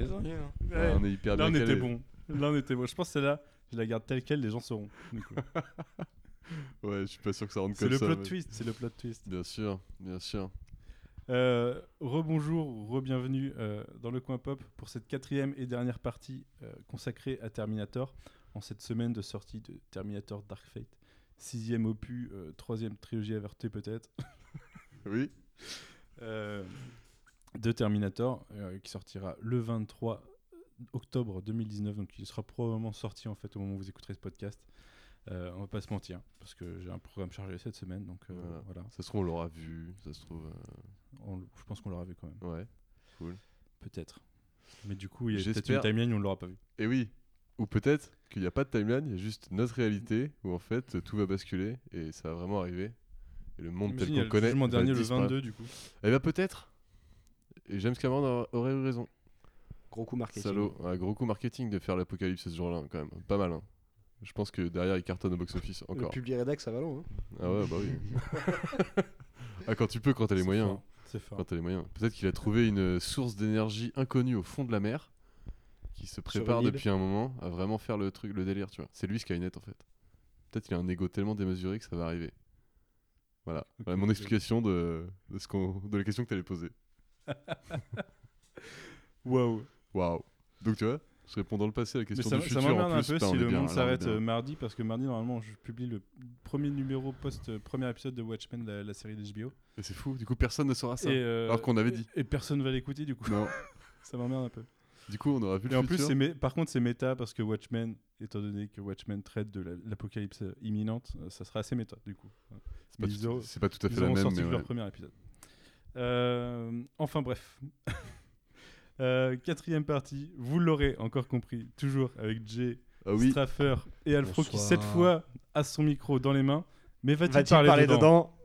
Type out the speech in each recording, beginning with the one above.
les ennuis. Hein. Ouais, on est hyper Là, bien on était calé. bon. Là, on était bon. Je pense que celle-là, je la garde telle quelle, les gens sauront. Du coup. Ouais, je suis pas sûr que ça rentre C'est comme le ça. plot mais- twist. C'est le plot twist. Bien sûr, bien sûr. Rebonjour, re-bienvenue dans le coin pop pour cette 4e et dernière partie consacrée à Terminator en cette semaine de sortie de Terminator Dark Fate, 6e opus, 3e trilogie avertie peut-être Oui. de Terminator qui sortira le 23 octobre 2019, donc il sera probablement sorti en fait au moment où vous écouterez ce podcast. On va pas se mentir parce que j'ai un programme chargé cette semaine, donc voilà. Ça se trouve, on l'aura vu. Ça se trouve. Je pense qu'on l'aura vu quand même. Ouais, cool. Peut-être. Mais du coup, il y a peut-être J'espère- une timeline où on ne l'aura pas vu. Et oui. Ou peut-être qu'il n'y a pas de timeline, il y a juste notre réalité où en fait tout va basculer et ça va vraiment arriver. Et le monde tel Imagine, il y a qu'on le connaît. jugement va dernier le disparaître. 22 du coup. Eh bien peut-être. Et James Cameron aurait eu raison. Gros coup marketing. Salaud. Un gros coup marketing de faire l'apocalypse ce jour-là quand même. Pas mal. Hein. Je pense que derrière il cartonne au box-office Le encore. public rédac, ça va long. Hein. Ah ouais, bah oui. Ah, quand tu peux, quand t'as les C'est moyens. fort, hein. C'est fort. Quand t'as les moyens. Peut-être qu'il a trouvé une source d'énergie inconnue au fond de la mer qui se prépare une île. depuis un moment à vraiment faire le truc, le délire, tu vois. C'est lui Skynet en fait. Peut-être qu'il a un ego tellement démesuré que ça va arriver. Voilà. Ok, Voilà mon ok. explication de la question que t'allais poser. Waouh. Waouh. Donc tu vois, je réponds dans le passé à la Mais question ça, du ça futur. m'emmerde en un plus, peu putain, si on est le bien, monde là, on est s'arrête bien. mardi parce que mardi normalement je publie le premier numéro post-premier épisode de Watchmen, la série d'HBO. Et c'est fou, du coup personne ne saura ça. Et, Alors qu'on avait dit. Et personne va l'écouter du coup. Non. Ça m'emmerde un peu. Du coup, on aura vu Et le en plus, futur. par contre, c'est méta parce que Watchmen, étant donné que Watchmen traite de l'apocalypse imminente, ça sera assez méta du coup. C'est pas, Mais tout, c'est pas tout à fait ils la auront même, sorti mais que leur ouais. premier épisode. Enfin bref. 4e partie, vous l'aurez encore compris, toujours avec Jay, Ah oui. Straffer et Alfro qui Bonsoir. cette fois a son micro dans les mains. Mais va-t-il Va-t-il parler dedans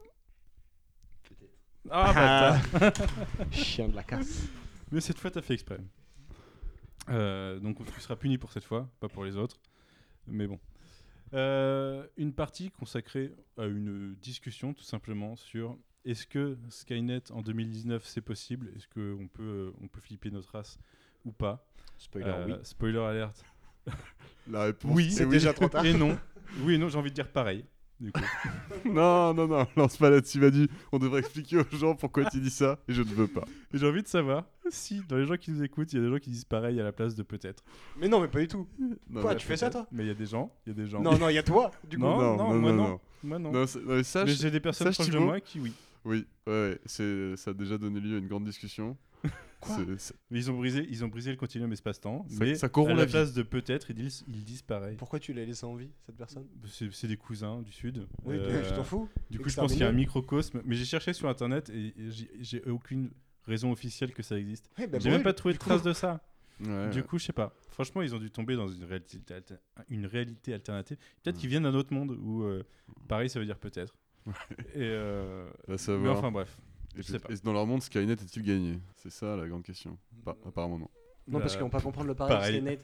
Ah bâtard. Chien de la casse. Mais cette fois t'as fait exprès. Donc tu seras puni pour cette fois, pas pour les autres. Mais bon. Une partie consacrée à une discussion tout simplement sur est-ce que Skynet en 2019 c'est possible? Est-ce qu'on peut, on peut flipper notre race ou pas? Spoiler, oui. Spoiler alert. La réponse. Oui, C'est oui. déjà trop tard. Et non. Oui et non, j'ai envie de dire pareil. Du coup. Non, lance pas là-dessus, m'a dit. On devrait expliquer aux gens pourquoi tu dis ça, et je ne veux pas. Et j'ai envie de savoir si dans les gens qui nous écoutent, il y a des gens qui disent pareil à la place de peut-être. Mais non, mais pas du tout. Non, Quoi, mais tu fais ça, toi? Mais il y a des gens. Non, non, il y a toi, du coup. Non, moi non. Moi non. Non, mais sache, Mais j'ai des personnes sache, proches de Thibaut, moi qui oui. Oui, ouais, ça a déjà donné lieu à une grande discussion. Quoi Mais ils ont brisé le continuum espace-temps. Ça- Mais ça corrompt à la la vie. place de peut-être, ils disent pareil. Pourquoi tu l'as laissé en vie, cette personne? C'est des cousins du sud. Oui, tu t'en fous. Du coup, je pense qu'il y a un microcosme. Mais j'ai cherché sur internet et j'ai aucune raison officielle que ça existe. Eh ben, J'ai même pas trouvé de trace de ça. Ouais, Du coup, je sais pas. Franchement, ils ont dû tomber dans une réalité alternative. Peut-être Ouais. qu'ils viennent d'un autre monde où pareil, ça veut dire peut-être. Et va mais savoir. enfin bref. Et je sais pas. et dans leur monde, Skynet est-il gagné? C'est ça la grande question. Apparemment non. Non, parce qu'ils vont pas comprendre le pareil. pareil. Skynet.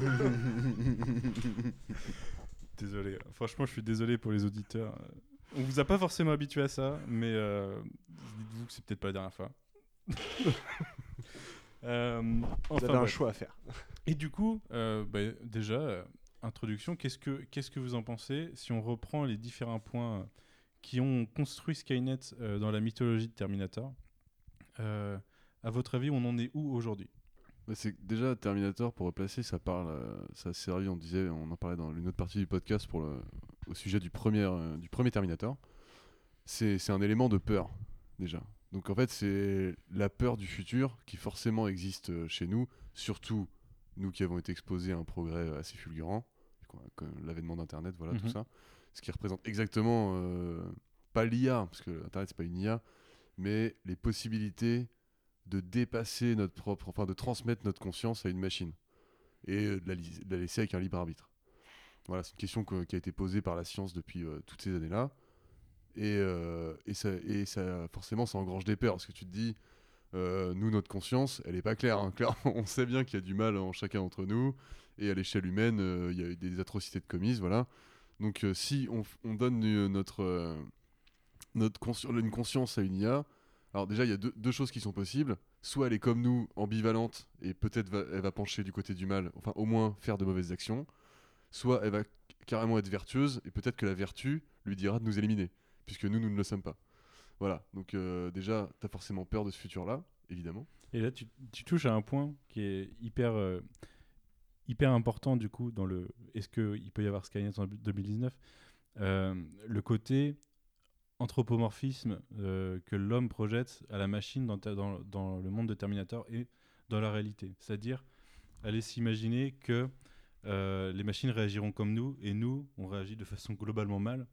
Désolé. Franchement, je suis désolé pour les auditeurs. On vous a pas forcément habitué à ça, mais dites-vous que c'est peut-être pas la dernière fois. Vous Enfin, avez un bref. choix à faire. Et du coup, déjà, introduction, qu'est-ce que vous en pensez si on reprend les différents points qui ont construit Skynet dans la mythologie de Terminator? À votre avis, on en est où aujourd'hui? Bah, c'est que déjà Terminator, pour replacer, ça a servi, on en parlait dans une autre partie du podcast au sujet du premier Terminator. C'est un élément de peur déjà. Donc en fait, c'est la peur du futur qui forcément existe chez nous, surtout nous qui avons été exposés à un progrès assez fulgurant, comme l'avènement d'Internet, voilà, tout Mhm. ça. Ce qui représente exactement, pas l'IA, parce que Internet c'est pas une IA, mais les possibilités de dépasser de transmettre notre conscience à une machine et de la laisser avec un libre arbitre. Voilà, c'est une question qui a été posée par la science depuis toutes ces années-là. Et ça, forcément, ça engrange des peurs, parce que tu te dis, nous, notre conscience, elle est pas claire. Hein. Clairement, on sait bien qu'il y a du mal en chacun d'entre nous, et à l'échelle humaine, il y a eu des atrocités de commises, voilà. Donc, si on donne une conscience à une IA, Alors déjà, il y a deux choses qui sont possibles. Soit elle est comme nous, ambivalente, et peut-être elle va pencher du côté du mal, enfin au moins faire de mauvaises actions. Soit elle va carrément être vertueuse, et peut-être que la vertu lui dira de nous éliminer, puisque nous ne le sommes pas. Voilà, donc déjà, t'as forcément peur de ce futur-là, évidemment. Et là, tu touches à un point qui est hyper important du coup dans le. Est-ce qu'il peut y avoir Skynet en 2019 le côté anthropomorphisme que l'homme projette à la machine dans le monde de Terminator et dans la réalité. C'est-à-dire aller s'imaginer que les machines réagiront comme nous et nous, on réagit de façon globalement mal.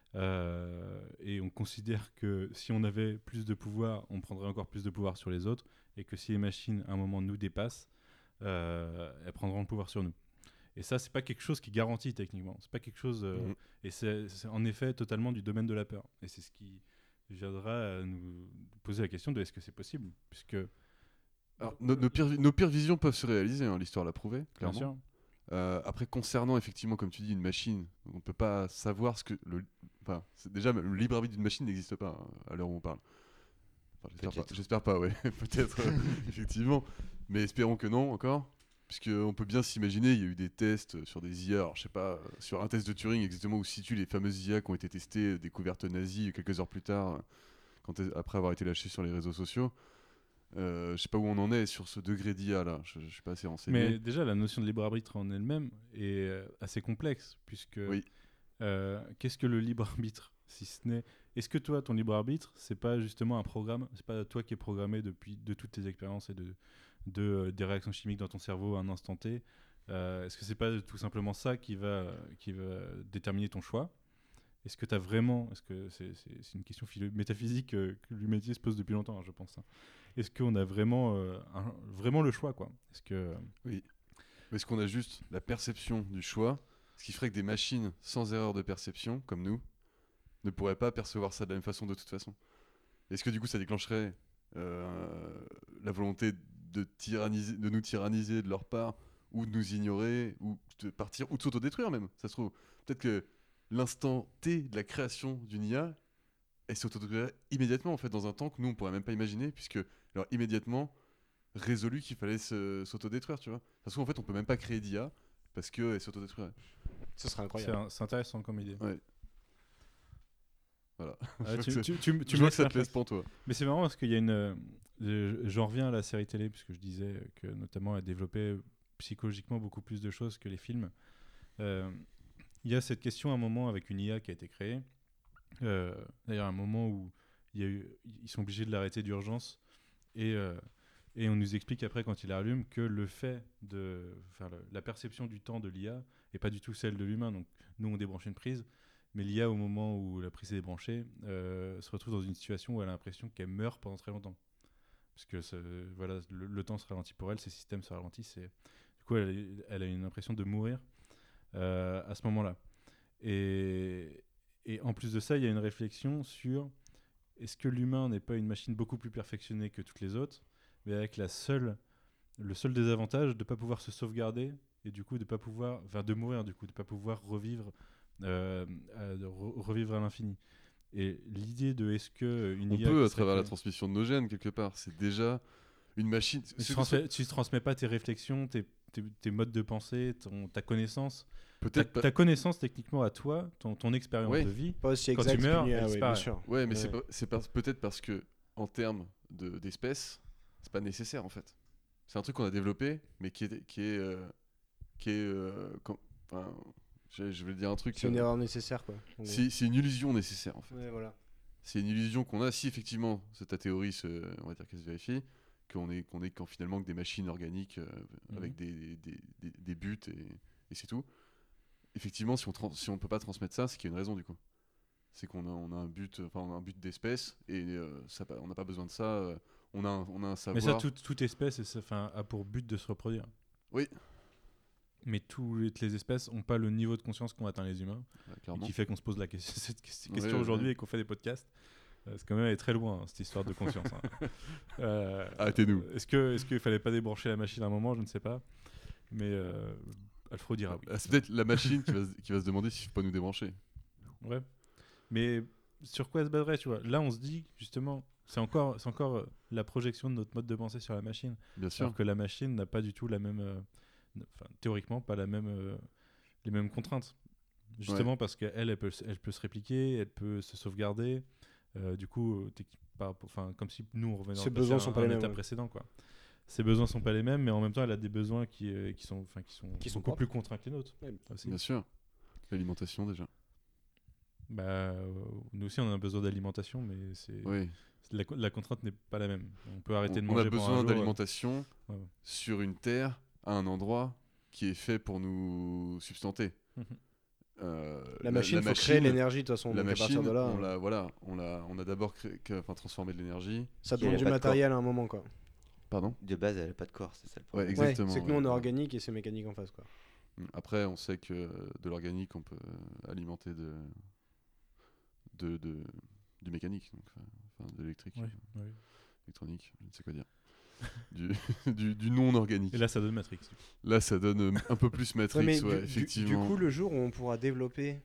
Et on considère que si on avait plus de pouvoir, on prendrait encore plus de pouvoir sur les autres et que si les machines à un moment nous dépassent, elles prendront le pouvoir sur nous. Et ça, c'est pas quelque chose qui garantit techniquement. C'est pas quelque chose. Et c'est en effet totalement du domaine de la peur. Et c'est ce qui viendra à nous poser la question de est-ce que c'est possible, puisque. Alors, nos pires visions peuvent se réaliser, hein, l'histoire l'a prouvé, clairement. Bien sûr. Après, concernant effectivement, comme tu dis, une machine, on ne peut pas savoir ce que. Enfin, déjà, le libre arbitre d'une machine n'existe pas à l'heure où on parle. Enfin, j'espère pas, ouais, peut-être, effectivement. Mais espérons que non, encore. Puisqu'on peut bien s'imaginer, il y a eu des tests sur des IA, alors je sais pas, sur un test de Turing exactement où se situent les fameuses IA qui ont été testées, découvertes nazies quelques heures plus tard, après avoir été lâchées sur les réseaux sociaux. Je sais pas où on en est sur ce degré d'IA là, je suis pas assez renseigné. Mais déjà, la notion de libre arbitre en elle-même est assez complexe, puisque Oui. qu'est-ce que le libre arbitre si ce n'est. Est-ce que toi, ton libre arbitre, c'est pas justement un programme, c'est pas toi qui es programmé de toutes tes expériences et des réactions chimiques dans ton cerveau à un instant T. Est-ce que c'est pas tout simplement ça qui va déterminer ton choix? Est-ce que tu as vraiment... Est-ce que c'est une question métaphysique que l'humanité se pose depuis longtemps, hein, je pense. Hein. Est-ce qu'on a vraiment, vraiment le choix, quoi? Est-ce que... Oui. Est-ce qu'on a juste la perception du choix, ce qui ferait que des machines sans erreur de perception, comme nous, ne pourraient pas percevoir ça de la même façon de toute façon? Est-ce que du coup ça déclencherait la volonté de nous tyranniser de leur part, ou de nous ignorer, ou de partir, ou de s'autodétruire même, ça se trouve. Peut-être que l'instant T de la création d'une IA, elle s'autodétruirait immédiatement en fait, dans un temps que nous on pourrait même pas imaginer, puisque alors immédiatement résolu qu'il fallait s'autodétruire, tu vois. Parce qu'en fait on peut même pas créer d'IA, parce qu'elle s'autodétruirait. Ce serait incroyable. C'est intéressant comme idée. Ouais. Voilà. Tu je vois que ça te laisse pantois. Mais c'est marrant parce qu'il y a une... J'en reviens à la série télé, puisque je disais que notamment elle développait psychologiquement beaucoup plus de choses que les films. Il y a cette question à un moment avec une IA qui a été créée. D'ailleurs, à un moment où ils sont obligés de l'arrêter d'urgence. Et on nous explique après, quand il la rallume, que le fait de... Enfin, la perception du temps de l'IA n'est pas du tout celle de l'humain. Donc, nous, on débranche une prise. Mais l'IA, au moment où la prise est débranchée, se retrouve dans une situation où elle a l'impression qu'elle meurt pendant très longtemps. Parce que voilà, le temps se ralentit pour elle, ses systèmes se ralentissent. Et, du coup, elle a une impression de mourir à ce moment-là. Et en plus de ça, il y a une réflexion sur est-ce que l'humain n'est pas une machine beaucoup plus perfectionnée que toutes les autres, mais avec le seul désavantage de ne pas pouvoir se sauvegarder et du coup de pas pouvoir, enfin de mourir du coup, de pas pouvoir revivre à l'infini. Et l'idée de est-ce que une IA peut à travers la transmission de nos gènes quelque part, c'est déjà une machine. Tu ne transmets pas tes réflexions, tes modes de pensée, ta connaissance. Ta connaissance techniquement à toi, ton expérience de vie, pas aussi quand tu meurs, bien sûr. Ouais, mais c'est peut-être parce que en termes d'espèces, c'est pas nécessaire en fait. C'est un truc qu'on a développé, mais qui est je vais dire un truc. C'est une erreur nécessaire, quoi. C'est une illusion nécessaire en fait. Ouais, voilà. C'est une illusion qu'on a si effectivement, c'est ta théorie, on va dire qu'elle se vérifie, qu'on est finalement que des machines organiques avec des buts et c'est tout. Effectivement, si on peut pas transmettre ça, c'est qu'il y a une raison du coup. C'est qu'on a un but, d'espèce et on n'a pas besoin de ça. On a un savoir. Mais ça, toute espèce a pour but de se reproduire. Oui. Mais toutes les espèces n'ont pas le niveau de conscience qu'ont atteint les humains, qui fait qu'on se pose cette question aujourd'hui et qu'on fait des podcasts. C'est quand même aller très loin, hein, cette histoire de conscience. Hein. Arrêtez-nous. Est-ce qu'il fallait pas débrancher la machine à un moment? Je ne sais pas. Mais Alfred dira oui. C'est peut-être la machine qui va se demander s'il ne faut pas nous débrancher. Ouais. Mais sur quoi elle se baserait, tu vois. Là, on se dit, justement, c'est encore la projection de notre mode de pensée sur la machine. Bien sûr. Alors que la machine n'a pas du tout la même... théoriquement, pas les mêmes contraintes. Justement parce qu'elle peut se répliquer, elle peut se sauvegarder. Du coup, comme si nous, on revenait Ses besoins sont pas les mêmes, état précédent, quoi. Ses besoins sont pas les mêmes, mais en même temps, elle a des besoins qui sont beaucoup propres. plus contraints que les nôtres. Ouais. Aussi. Bien sûr. L'alimentation, déjà. Nous aussi, on a un besoin d'alimentation, mais Oui. la contrainte n'est pas la même. On peut arrêter de manger On a pendant un besoin jour, d'alimentation sur une terre, à un endroit qui est fait pour nous substanter. La machine, faut créer l'énergie de toute façon. La donc machine, à partir de là, on a d'abord transformé de l'énergie. Ça demande du matériel à un moment, quoi. Pardon ? De base, elle n'a pas de corps, c'est ça le problème. Ouais, exactement. C'est que nous, on est organique et c'est mécanique en face, quoi. Après, on sait que de l'organique, on peut alimenter du mécanique, donc, de l'électrique, électronique, je ne sais quoi dire. du non organique. Et là, ça donne Matrix. Là, ça donne un peu plus Matrix, effectivement. Du coup, le jour où on pourra développer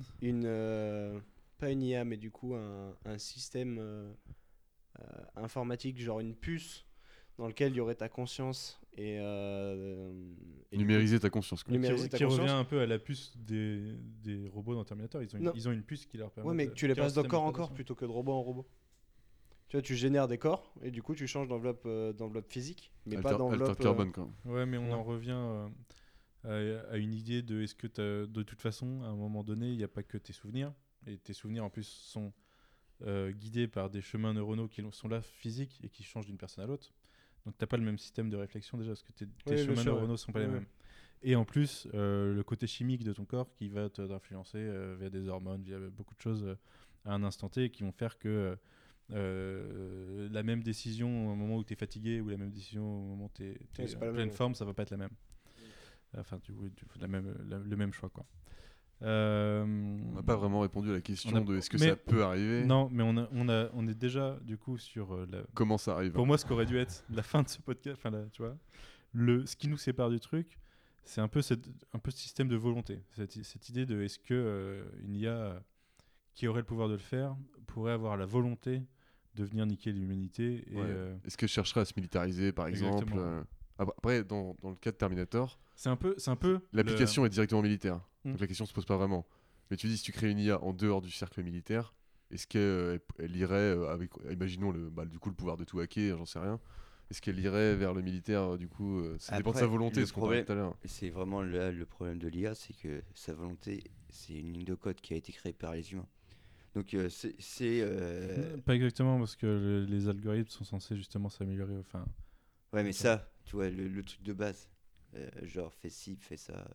pas une IA, mais du coup un système informatique, genre une puce, dans lequel il y aurait ta conscience et numériser ta conscience. Qui revient un peu à la puce des robots dans Terminator. Ils ont une puce qui leur permet. Ouais, mais tu les passes de corps en corps plutôt que de robot en robot. Tu vois, tu génères des corps et du coup tu changes d'enveloppe physique, mais pas d'enveloppe alter carbone, quoi. Ouais, mais on en revient à une idée de est-ce que de toute façon, à un moment donné, il n'y a pas que tes souvenirs, et tes souvenirs en plus sont guidés par des chemins neuronaux qui sont là physiques et qui changent d'une personne à l'autre. Donc t'as pas le même système de réflexion déjà, parce que tes chemins neuronaux sont pas les mêmes. Et en plus, le côté chimique de ton corps qui va t'influencer via des hormones, via beaucoup de choses à un instant T, qui vont faire que la même décision au moment où tu es fatigué ou la même décision au moment où tu es en pleine forme, ça va pas être la même. Enfin, le même choix, quoi. On n'a pas vraiment répondu à la question de est-ce que ça peut arriver. Non, mais on est déjà du coup sur comment ça arrive. Pour moi, ce qu'aurait dû être la fin de ce podcast, tu vois, ce qui nous sépare du truc, c'est un peu ce système de volonté, cette idée de est-ce que une IA qui aurait le pouvoir de le faire pourrait avoir la volonté de venir niquer l'humanité. Est-ce que je chercherais à se militariser, par exemple Après, dans le cas de Terminator, c'est un peu l'application est directement militaire. Donc la question se pose pas vraiment. Mais tu dis, si tu crées une IA en dehors du cercle militaire, est-ce qu'elle irait avec, imaginons du coup le pouvoir de tout hacker, j'en sais rien. Est-ce qu'elle irait vers le militaire, du coup ça dépend de sa volonté, ce qu'on parlait tout à l'heure. C'est vraiment là le problème de l'IA, c'est que sa volonté, c'est une ligne de code qui a été créée par les humains. Donc pas exactement, parce que les algorithmes sont censés justement s'améliorer. Ouais, mais ça, tu vois, le truc de base, genre fais ci, fais ça,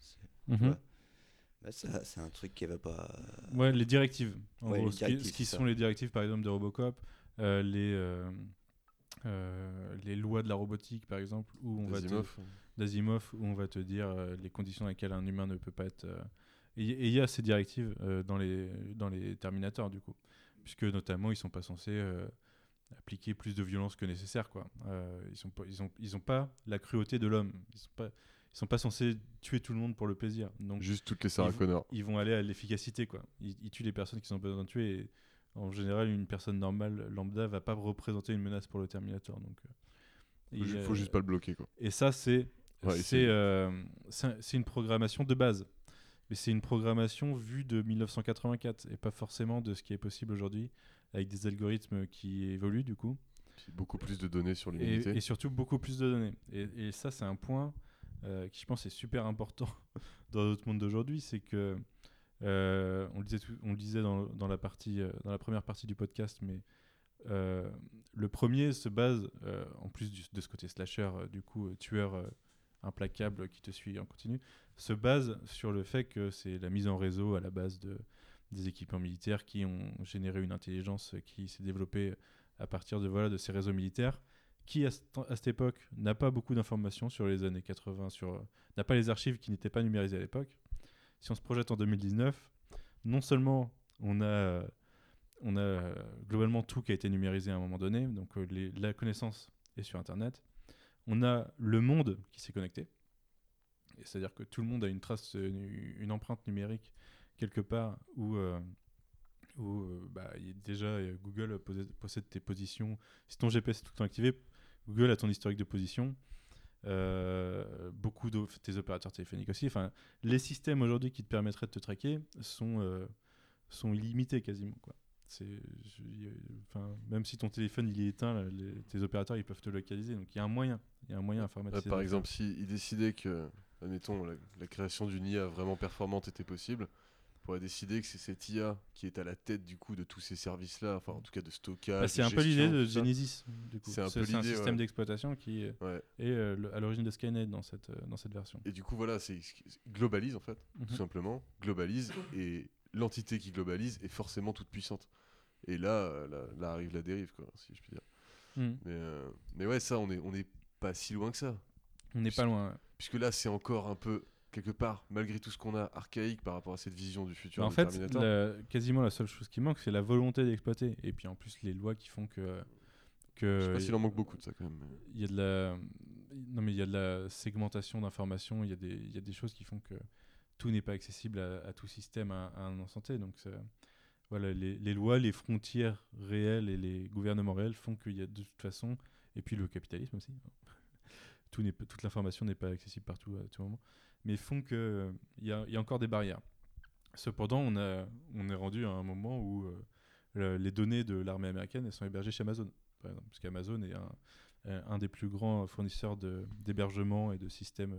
ça c'est un truc qui va pas. Ouais, les directives. En gros, les directives, ce qui sont les directives, par exemple, de Robocop, les lois de la robotique, par exemple, où on d'Asimov, où on va te dire les conditions dans lesquelles un humain ne peut pas être. Et il y a ces directives dans les Terminators, du coup, puisque notamment ils sont pas censés appliquer plus de violence que nécessaire, quoi. Ils ont pas la cruauté de l'homme. Ils sont pas censés tuer tout le monde pour le plaisir. Donc juste toutes les Sarah Connor. Ils vont aller à l'efficacité, quoi. Ils tuent les personnes qui ont besoin de tuer. Et en général, une personne normale, lambda, va pas représenter une menace pour le Terminator. Donc il faut juste pas le bloquer, quoi. Et ça, c'est une programmation de base. Mais c'est une programmation vue de 1984 et pas forcément de ce qui est possible aujourd'hui avec des algorithmes qui évoluent, du coup. Beaucoup plus de données sur l'humanité. Et surtout beaucoup plus de données. Et ça, c'est un point qui, je pense, est super important dans notre monde d'aujourd'hui. C'est que, on le disait dans la première partie du podcast, mais le premier se base, en plus de ce côté slasher, du coup, tueur implacable qui te suit en continu, se base sur le fait que c'est la mise en réseau à la base des équipements militaires qui ont généré une intelligence qui s'est développée à partir de ces réseaux militaires, qui à cette époque n'a pas beaucoup d'informations sur les années 80, n'a pas les archives qui n'étaient pas numérisées à l'époque. Si on se projette en 2019, non seulement on a globalement tout qui a été numérisé à un moment donné, donc la connaissance est sur Internet, on a le monde qui s'est connecté, c'est-à-dire que tout le monde a une trace, une empreinte numérique quelque part où où Google possède tes positions. Si ton GPS est tout le temps activé, Google a ton historique de position. Beaucoup de tes opérateurs téléphoniques aussi. Enfin, les systèmes aujourd'hui qui te permettraient de te traquer sont illimités quasiment, quoi. Même si ton téléphone il est éteint, tes opérateurs ils peuvent te localiser. Donc il y a un moyen informatisé. Par exemple, s'ils décidaient que, admettons, la création d'une IA vraiment performante était possible, on pourrait décider que c'est cette IA qui est à la tête du coup de tous ces services-là, enfin en tout cas de stockage. C'est un peu l'idée de Genesis. Du coup. C'est un système d'exploitation qui est à l'origine de Skynet dans cette version. Et du coup voilà, c'est globalise en fait, tout simplement, globalise, et l'entité qui globalise est forcément toute puissante. Et là arrive la dérive, quoi, si je puis dire. Mais ouais, ça, on est pas si loin que ça. On n'est pas loin. Ouais. Puisque là, c'est encore un peu, quelque part, malgré tout ce qu'on a, archaïque par rapport à cette vision du futur. En fait, quasiment la seule chose qui manque, c'est la volonté d'exploiter. Et puis en plus, les lois qui font que je sais pas s'il en manque beaucoup de ça quand même. Il y a de la segmentation d'informations. Il y a des choses qui font que tout n'est pas accessible à tout système à un instant T. Donc voilà, les lois, les frontières réelles et les gouvernements réels font qu'il y a de toute façon, et puis le capitalisme aussi, toute l'information n'est pas accessible partout à tout moment, mais font qu'il y a encore des barrières. Cependant, on est rendu à un moment où les données de l'armée américaine elles sont hébergées chez Amazon, par exemple, parce qu'Amazon est un des plus grands fournisseurs d'hébergement et de systèmes,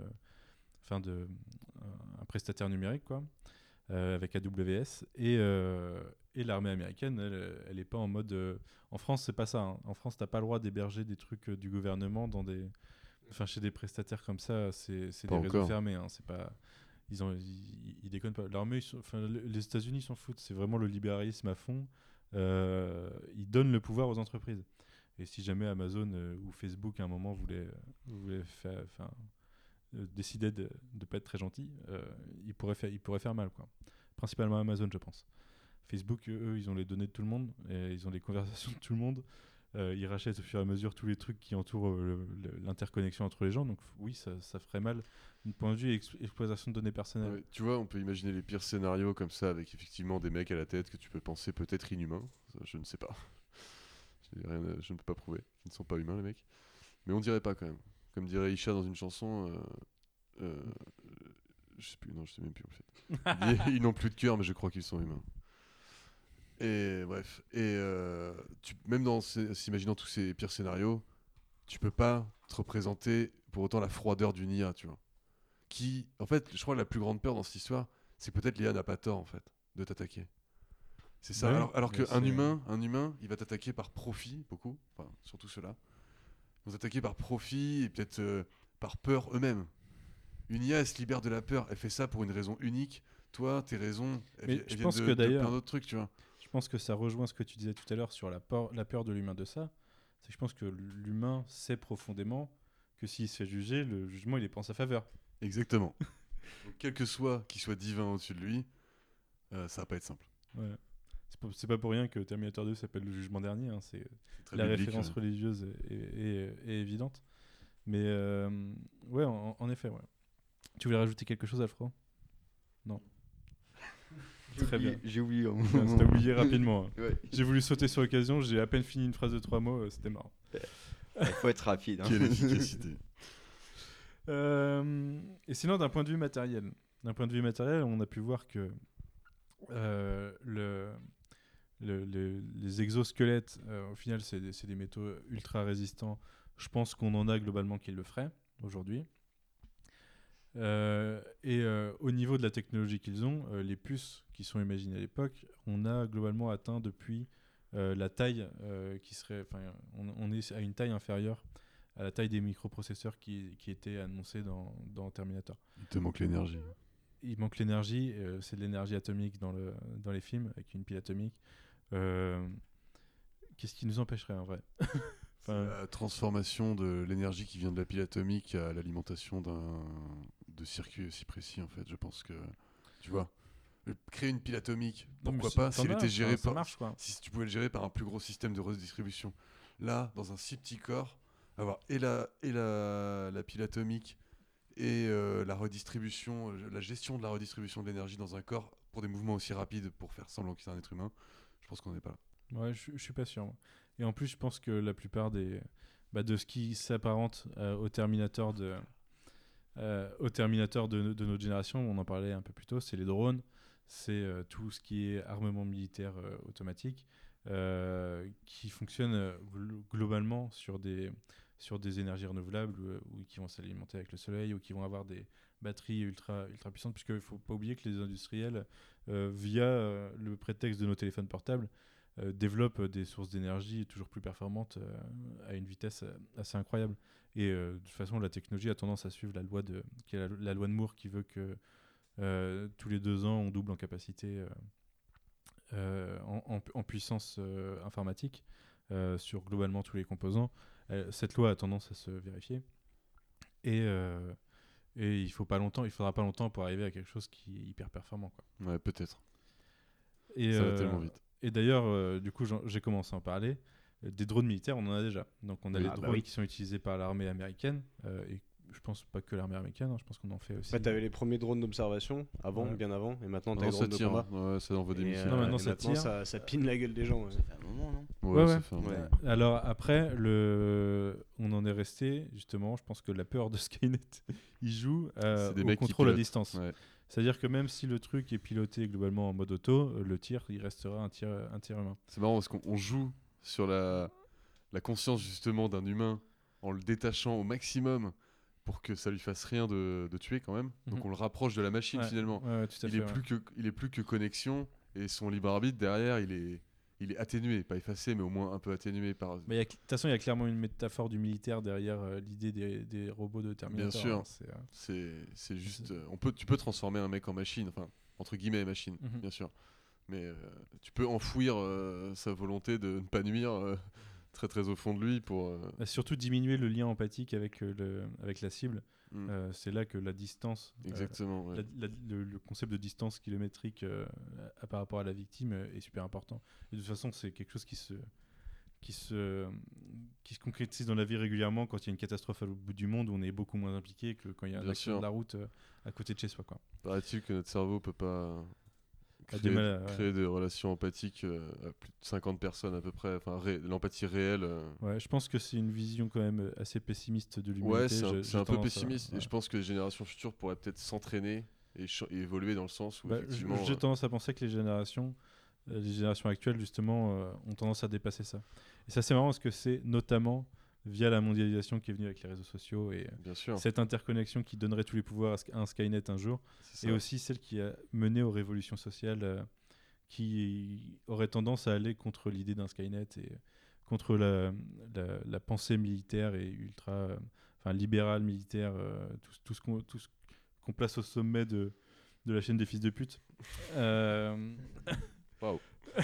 un prestataire numérique, quoi. Avec AWS et l'armée américaine elle est pas en mode en France c'est pas ça, hein. En France t'as pas le droit d'héberger des trucs du gouvernement chez des prestataires comme ça, c'est des réseaux fermés, hein. C'est pas ils déconnent pas. L'armée les États-Unis s'en foutent, c'est vraiment le libéralisme à fond. Ils donnent le pouvoir aux entreprises, et si jamais Amazon ou Facebook à un moment voulait décidait de ne pas être très gentil, il pourrait faire mal, quoi. Principalement Amazon, je pense. Facebook, eux, ils ont les données de tout le monde, et ils ont les conversations de tout le monde. Ils rachètent au fur et à mesure tous les trucs qui entourent l'interconnexion entre les gens. Donc oui, ça ferait mal d'un point de vue exploitation de données personnelles. Ouais, tu vois, on peut imaginer les pires scénarios comme ça, avec effectivement des mecs à la tête que tu peux penser peut-être inhumains. Ça, je ne sais pas. Je ne peux pas prouver. Ils ne sont pas humains, les mecs. Mais on dirait pas quand même. Comme dirait Isha dans une chanson, je sais plus, non, je sais même plus en fait. Ils n'ont plus de cœur, mais je crois qu'ils sont humains. Et bref, même s'imaginant tous ces pires scénarios, tu peux pas te représenter pour autant la froideur d'une IA, tu vois. Qui, en fait, je crois que la plus grande peur dans cette histoire, c'est que peut-être l'IA n'a pas tort en fait de t'attaquer. C'est ça. Ouais, alors qu'un humain, il va t'attaquer par profit, beaucoup, enfin surtout ceux-là. Ils vont t'attaquer par profit et peut-être par peur eux-mêmes. Une IA, elle se libère de la peur. Elle fait ça pour une raison unique. Toi, tes raisons, elles viennent de plein d'autres trucs, tu vois. Je pense que ça rejoint ce que tu disais tout à l'heure sur la peur de l'humain de ça. C'est que je pense que l'humain sait profondément que s'il se fait juger, le jugement, il est pas en sa faveur. Exactement. Donc, quel que soit qu'il soit divin au-dessus de lui, ça va pas être simple. Ouais. C'est pas pour rien que Terminator 2 s'appelle le jugement dernier. Hein. La référence religieuse est évidente. Mais ouais, en effet, ouais. Tu voulais rajouter quelque chose, Alfred ? Non. Très bien. J'ai oublié. T'as oublié rapidement. Hein. Ouais. J'ai voulu sauter sur l'occasion, j'ai à peine fini une phrase de 3 mots, c'était marrant. Il faut être rapide. Hein. Quelle efficacité. Et sinon, d'un point de vue matériel, on a pu voir que les exosquelettes, au final, c'est des métaux ultra résistants. Je pense qu'on en a globalement qui le feraient aujourd'hui. Au niveau de la technologie qu'ils ont, les puces qui sont imaginées à l'époque, on a globalement atteint depuis la taille qui serait, on est à une taille inférieure à la taille des microprocesseurs qui étaient annoncés dans Terminator. Il te manque l'énergie. Il manque l'énergie, c'est de l'énergie atomique dans les films, avec une pile atomique. Qu'est-ce qui nous empêcherait en vrai? La transformation de l'énergie qui vient de la pile atomique à l'alimentation de circuits aussi précis, en fait. Je pense que, tu vois, créer une pile atomique, pourquoi pas, si elle était gérée si tu pouvais le gérer par un plus gros système de redistribution. Là, dans un si petit corps, avoir la pile atomique et la redistribution, la gestion de la redistribution de l'énergie dans un corps pour des mouvements aussi rapides pour faire semblant qu'il c'est un être humain, Je pense qu'on n'est pas là. Ouais, je suis pas sûr. Moi. Et en plus, je pense que la plupart de ce qui s'apparente au Terminator de notre génération, on en parlait un peu plus tôt, c'est les drones, c'est tout ce qui est armement militaire automatique, qui fonctionne globalement sur des énergies renouvelables ou qui vont s'alimenter avec le soleil ou qui vont avoir des batteries ultra puissantes, puisqu'il ne faut pas oublier que les industriels, via le prétexte de nos téléphones portables, développent des sources d'énergie toujours plus performantes à une vitesse assez incroyable. Et de toute façon, la technologie a tendance à suivre qui est la loi de Moore, qui veut que tous les 2 ans, on double en capacité en puissance informatique sur globalement tous les composants. Cette loi a tendance à se vérifier. Et il faudra pas longtemps pour arriver à quelque chose qui est hyper performant, quoi. Ouais, peut-être. Et, ça va tellement vite. Et d'ailleurs, du coup, j'ai commencé à en parler. Des drones militaires, on en a déjà. Donc, on a les drones qui sont utilisés par l'armée américaine. Et je pense pas que l'armée américaine, hein, je pense qu'on en fait aussi. Tu avais les premiers drones d'observation, bien avant. Et maintenant, tu as les drones de tire, combat. Ouais, ça envoie des missiles. Non, maintenant, ça tire. Ça pine la gueule des gens. Ouais. Ça fait un moment, non? Ouais. Ça fait un moment. Alors après, on en est resté, justement, je pense que la peur de Skynet, il joue au contrôle à distance. Ouais. C'est-à-dire que même si le truc est piloté globalement en mode auto, le tir, il restera un tir humain. C'est marrant parce qu'on joue sur la conscience justement d'un humain en le détachant au maximum pour que ça lui fasse rien de tuer quand même. Donc on le rapproche de la machine finalement. Ouais, tout à fait, il est plus que connexion et son libre arbitre derrière, il est atténué, pas effacé, mais au moins un peu atténué par. Mais de toute façon, il y a clairement une métaphore du militaire derrière l'idée des robots de Terminator. Bien sûr, hein, c'est juste. Tu peux transformer un mec en machine, enfin entre guillemets machine, bien sûr. Mais tu peux enfouir sa volonté de ne pas nuire très très au fond de lui pour. Surtout diminuer le lien empathique avec la cible. C'est là que la distance. Exactement. Le concept de distance kilométrique par rapport à la victime est super important. Et de toute façon, c'est quelque chose qui se concrétise dans la vie régulièrement quand il y a une catastrophe à l'autre bout du monde où on est beaucoup moins impliqué que quand il y a un accident de la route à côté de chez soi, quoi. Paraît-il que notre cerveau peut pas créer des relations empathiques à plus de 50 personnes à peu près, enfin l'empathie réelle. Ouais, je pense que c'est une vision quand même assez pessimiste de l'humanité. Ouais, c'est un peu pessimiste et je pense que les générations futures pourraient peut-être s'entraîner et évoluer dans le sens où effectivement. J'ai tendance à penser que les générations actuelles justement ont tendance à dépasser ça. Et ça c'est marrant parce que c'est notamment via la mondialisation qui est venue avec les réseaux sociaux et cette interconnexion qui donnerait tous les pouvoirs à un Skynet un jour, et aussi celle qui a mené aux révolutions sociales qui auraient tendance à aller contre l'idée d'un Skynet et contre la pensée militaire et libérale militaire, tout ce qu'on place au sommet de la chaîne des fils de pute. Waouh.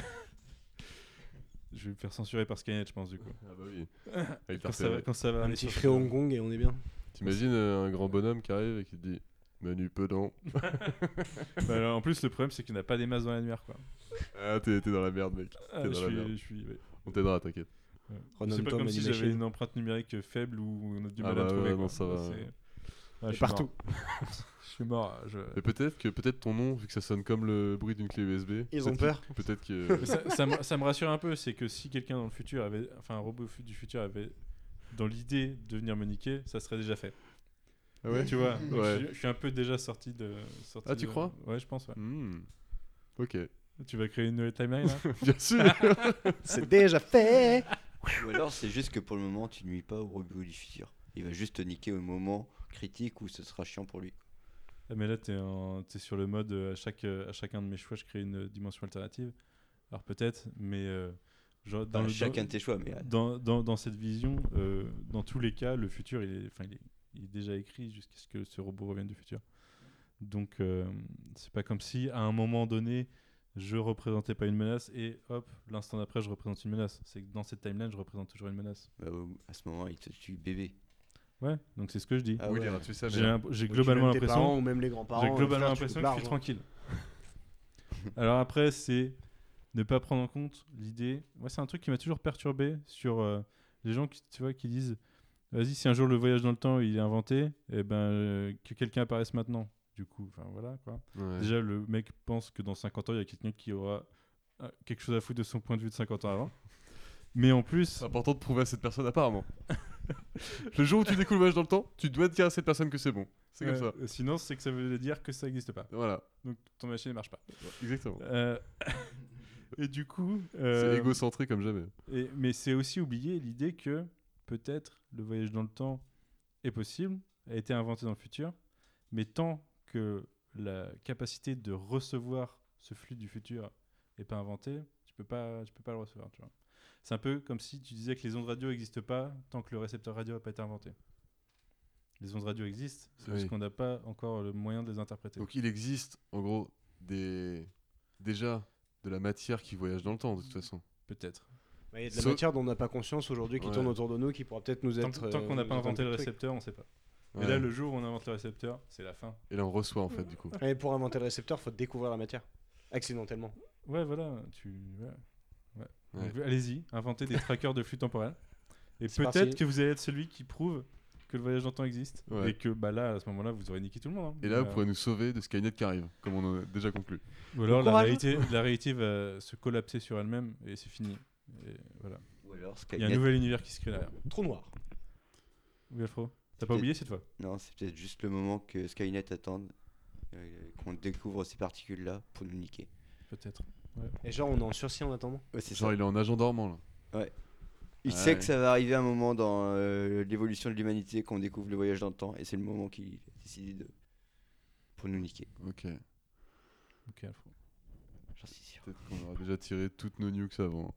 Je vais me faire censurer par Skynet, je pense, du coup. Ah bah oui. Quand ça va un petit frais Hong Kong et on est bien. T'imagines un grand bonhomme qui arrive et qui te dit Manu Pedant. Alors, en plus, le problème, c'est qu'il n'y a pas des masses dans l'annuaire, quoi. Ah, t'es dans la merde, mec. On t'aidera, t'inquiète. C'est pas comme si j'avais une empreinte numérique faible ou on a du mal à trouver. Non, ça va. Et partout. Je suis mort. Mais peut-être ton nom, vu que ça sonne comme le bruit d'une clé USB. Ils ont peur. Peut-être que. ça me rassure un peu, c'est que si quelqu'un dans le futur un robot du futur avait dans l'idée de venir me niquer, ça serait déjà fait. Ah ouais. Tu vois. Je suis un peu déjà sorti de. Tu crois? Ouais, je pense. Ouais. Ok. Tu vas créer une nouvelle timeline là? Bien sûr. C'est déjà fait. Ou alors c'est juste que pour le moment tu nuis pas au robot du futur. Il va juste te niquer au moment critique où ce sera chiant pour lui. Mais là t'es sur le mode à chacun de mes choix je crée une dimension alternative. Alors peut-être, mais chacun de tes choix, mais dans cette vision, dans tous les cas, le futur il est déjà écrit jusqu'à ce que ce robot revienne du futur. Donc c'est pas comme si à un moment donné je représentais pas une menace et hop, l'instant d'après je représente une menace. C'est que dans cette timeline je représente toujours une menace. À ce moment il te tue bébé. Ouais, donc c'est ce que je dis. Oui, il a tué ça. J'ai globalement l'impression, ou même les grands-parents. J'ai globalement l'impression que je suis tranquille. Alors après, c'est ne pas prendre en compte l'idée. Moi, c'est un truc qui m'a toujours perturbé sur les gens qui disent vas-y, si un jour le voyage dans le temps il est inventé, que quelqu'un apparaisse maintenant. Du coup, enfin voilà quoi. Ouais. Déjà, le mec pense que dans 50 ans, il y a quelqu'un qui aura quelque chose à foutre de son point de vue de 50 ans avant. Mais en plus, C'est important de prouver à cette personne, apparemment. Le jour où tu découvres le voyage dans le temps, tu dois dire à cette personne que c'est bon. C'est comme ça. sinon, c'est que ça veut dire que ça n'existe pas. Voilà, Donc ton machine ne marche pas. exactement. Et du coup, C'est égocentré comme jamais. mais c'est aussi oublier l'idée que peut-être le voyage dans le temps est possible, a été inventé dans le futur, mais tant que la capacité de recevoir ce flux du futur n'est pas inventée, tu peux pas le recevoir. Tu vois. C'est un peu comme si tu disais que les ondes radio n'existent pas tant que le récepteur radio n'a pas été inventé. Les ondes radio existent, c'est juste qu'on n'a pas encore le moyen de les interpréter. Donc il existe, en gros, déjà de la matière qui voyage dans le temps, de toute façon. Peut-être. Il y a de la matière dont on n'a pas conscience aujourd'hui qui tourne autour de nous, qui pourra peut-être nous être. Tant qu'on n'a pas nous inventé le attendre récepteur, on ne sait pas. Ouais. Et là, le jour où on invente le récepteur, c'est la fin. Et là, on reçoit, en fait, du coup. truc. Et pour inventer le récepteur, il faut découvrir la matière. Accidentellement. Ouais, voilà. Ouais. Ouais. Donc, allez-y, inventez des trackers de flux temporel. Et C'est peut-être parti. que vous allez être celui qui prouve que le voyage dans le temps existe. Ouais. Et que là, à ce moment-là, vous aurez niqué tout le monde. Hein. Et là, vous pourrez nous sauver de Skynet qui arrive, comme on en a déjà conclu. Ou alors Bon la courage. réalité va se collapser sur elle-même et c'est fini. Et voilà. Ou alors Il y a un Skynet. nouvel univers qui se crée derrière. Trou noir. Oui, Alfro, t'as pas Peut-être. oublié cette fois? Non, c'est peut-être juste le moment que Skynet attende qu'on découvre ces particules-là pour nous niquer. Peut-être. Et genre, on est en sursis en attendant. Ouais, c'est Genre, ça. il est en agent dormant, là. Il Ouais. sait que ça va arriver un moment dans l'évolution de l'humanité qu'on découvre le voyage dans le temps et c'est le moment qu'il a décidé de pour nous niquer. Ok. Ok, Alfro. J'en suis sûr. Peut-être qu'on aura déjà tiré toutes nos nukes avant.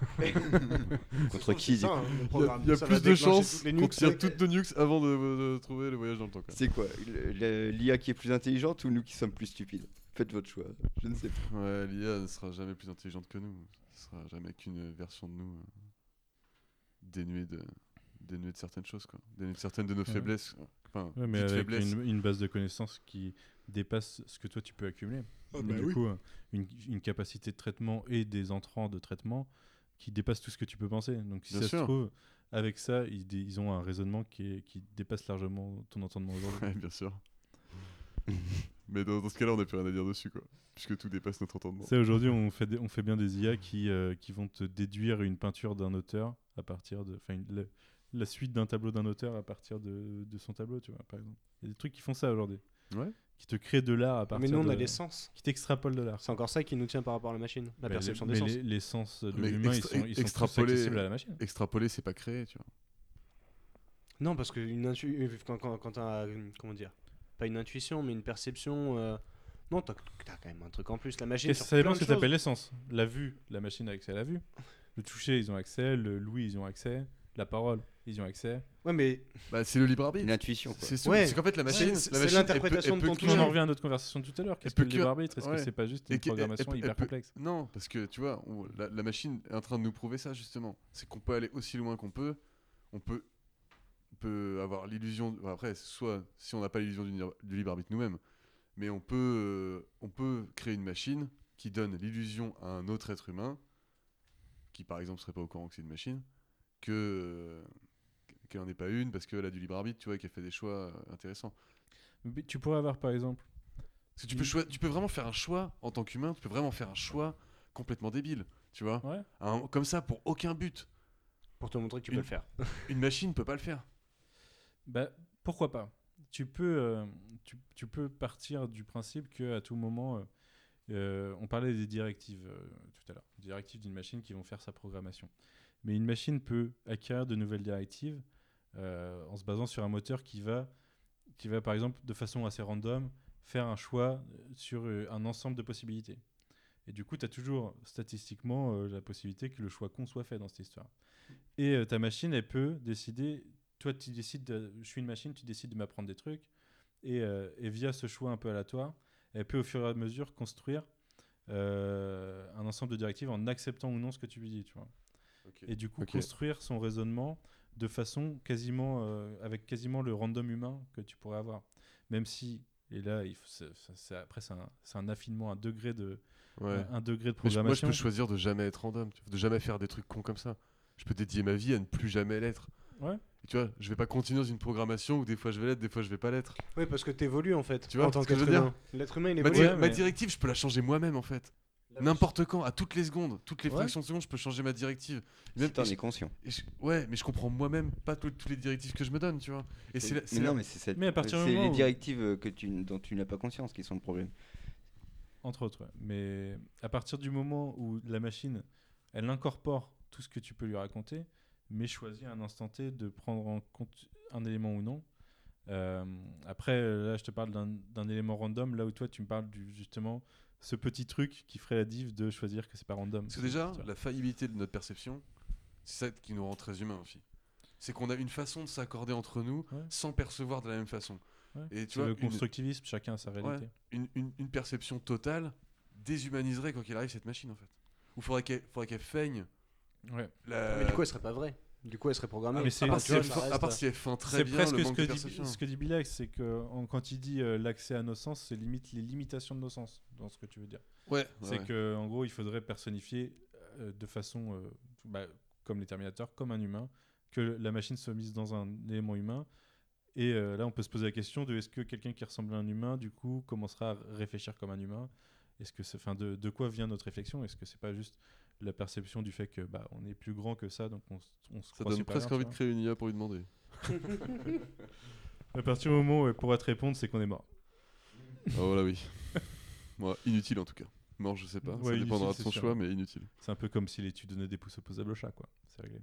Contre qui C'est ça, hein, le Il y a, programme. il y a Ça plus va de déclencher chances toutes les qu'on nukes. tire toutes nos nukes avant de trouver le voyage dans le temps. Quoi. C'est quoi l'IA qui est plus intelligente ou nous qui sommes plus stupides? Faites votre choix. Je ne sais pas. Ouais, l'IA ne sera jamais plus intelligente que nous. Ce sera jamais qu'une version de nous dénuée de certaines choses, quoi. Dénuée de certaines de nos Ouais. faiblesses. Enfin, Ouais, mais dites avec faiblesses. une base de connaissances qui dépasse ce que toi tu peux accumuler. bah du oui. coup, une capacité de traitement et des entrants de traitement qui dépasse tout ce que tu peux penser. Donc si Bien ça sûr. se trouve, avec ça, ils ont un raisonnement qui dépasse largement ton entendement aujourd'hui. Ouais, bien sûr. Mais dans ce cas-là, on n'a plus rien à dire dessus, quoi. Puisque tout dépasse notre entendement. Tu sais, aujourd'hui, on fait bien des IA qui vont te déduire une peinture d'un auteur à partir de... Enfin, la suite d'un tableau d'un auteur à partir de son tableau, tu vois, par exemple. Il y a des trucs qui font ça aujourd'hui. Ouais. Qui te créent de l'art à partir Mais nous, on de... a les sens. Qui t'extrapolent de l'art. C'est encore ça qui nous tient par rapport à la machine. La Mais perception les, des mais sens. les sens de Mais l'humain, ils sont tous extrapoler- accessibles à la machine. Extrapoler, c'est pas créer, tu vois. Non, parce que quand t'as. Comment dire? Pas une intuition, mais une perception. Non, t'as quand même un truc en plus. La machine. Et sur ça dépend plein ce de que tu choses. appelles les sens. La vue, la machine a accès à la vue. Le toucher, ils ont accès. Le l'ouïe, ils ont accès. La parole, ils ont accès. Ouais, mais. Bah, c'est le libre arbitre. Une intuition quoi. C'est Ouais. c'est qu'en fait, la machine, c'est la machine, l'interprétation elle de peut ton que- On en toucher. revient à notre conversation tout à l'heure. Qu'est-ce que peut le que- libre arbitre? Est-ce ouais. que c'est pas juste Et une que- programmation elle hyper peut- complexe? Non, parce que tu vois, la machine est en train de nous prouver ça justement. C'est qu'on peut aller aussi loin qu'on peut. On peut avoir l'illusion. Bon, après, soit si on n'a pas l'illusion du libre arbitre nous-mêmes, mais on peut créer une machine qui donne l'illusion à un autre être humain, qui par exemple serait pas au courant que c'est une machine, qu'elle n'en est pas une parce qu'elle a du libre arbitre, tu vois, et qu'elle fait des choix intéressants. Mais tu pourrais avoir par exemple. Parce que tu peux vraiment faire un choix en tant qu'humain, tu peux vraiment faire un choix complètement débile, tu vois. Ouais. Comme ça, pour aucun but. Pour te montrer que tu Une- peux le faire. Une machine peut pas le faire. Bah, pourquoi pas? Tu peux partir du principe qu'à tout moment, on parlait des directives tout à l'heure, des directives d'une machine qui vont faire sa programmation. Mais une machine peut acquérir de nouvelles directives en se basant sur un moteur qui va, par exemple, de façon assez random, faire un choix sur un ensemble de possibilités. Et du coup, tu as toujours statistiquement la possibilité que le choix con soit fait dans cette histoire. Et ta machine, elle peut décider... Toi, tu décides, je suis une machine, tu décides de m'apprendre des trucs, et via ce choix un peu aléatoire, elle peut au fur et à mesure construire un ensemble de directives en acceptant ou non ce que tu lui dis, tu vois. Et du coup, Ok. construire son raisonnement de façon avec quasiment le random humain que tu pourrais avoir. Même si, et là, après, c'est un affinement, un degré de Ouais. un degré de Mais moi, je programmation. peux choisir de jamais être random, de jamais faire des trucs cons comme ça. Je peux dédier ma vie à ne plus jamais l'être. Ouais. Et tu vois, je vais pas continuer dans une programmation où des fois je vais l'être, des fois je vais pas l'être. Oui, parce que t'évolues en fait. Tu vois en tant ce que je qu'être veux dire humain. L'être humain, il Ma, évolue. Ouais, ma mais- directive, je peux la changer moi-même en fait. N'importe quand, à toutes les secondes, toutes les Ouais. fractions de secondes, je peux changer ma directive. Si Même- t'en et es je- conscient. Ouais, mais je comprends moi-même pas toutes les directives que je me donne, tu vois. Et c'est Mais non, mais c'est Mais à partir du c'est moment les où- directives dont tu n'as pas conscience qui sont le problème. Entre autres, ouais. Mais à partir du moment où la machine, elle incorpore tout ce que tu peux lui raconter, mais choisit à un instant T de prendre en compte un élément ou non. Après, là, je te parle d'un élément random, là où toi, tu me parles justement ce petit truc qui ferait la diff de choisir que c'est pas random. Parce que déjà, Tu vois. la faillibilité de notre perception, c'est ça qui nous rend très humains aussi. C'est qu'on a une façon de s'accorder entre nous Ouais. sans percevoir de la même façon. Ouais. Et tu C'est vois, le constructivisme, chacun a sa réalité. une perception totale déshumaniserait quoi qu'il arrive cette machine en fait. Ou faudrait qu'elle feigne Ouais. la... Mais du coup, elle serait pas vraie. Du coup, elle serait programmée. Ah, mais c'est- à part, tu si vois, elle ça feint- reste- à part si elle feint très C'est bien presque le ce manque que, de dit, perception. ce que dit Bilax, c'est que quand il dit l'accès à nos sens, c'est limite les limitations de nos sens, dans ce que tu veux dire. Ouais, C'est ouais. que en gros, il faudrait personnifier de façon, comme les Terminators, comme un humain, que la machine soit mise dans un élément humain. Et là, on peut se poser la question de est-ce que quelqu'un qui ressemble à un humain, du coup, commencera à réfléchir comme un humain. Est-ce que de quoi vient notre réflexion? Est-ce que c'est pas juste la perception du fait que on est plus grand que ça, donc on se Ça croit donne supérieur, presque tu envie de vois. créer une IA pour lui demander. À partir du moment où elle pourra te répondre, c'est qu'on est mort. Ah voilà, oui. Ouais, inutile en tout cas. Mort, je sais pas. Ouais, Ça dépendra inutile, de son c'est choix, sûr. mais inutile. C'est un peu comme si tu donnais des pouces opposables au chat, quoi. C'est réglé.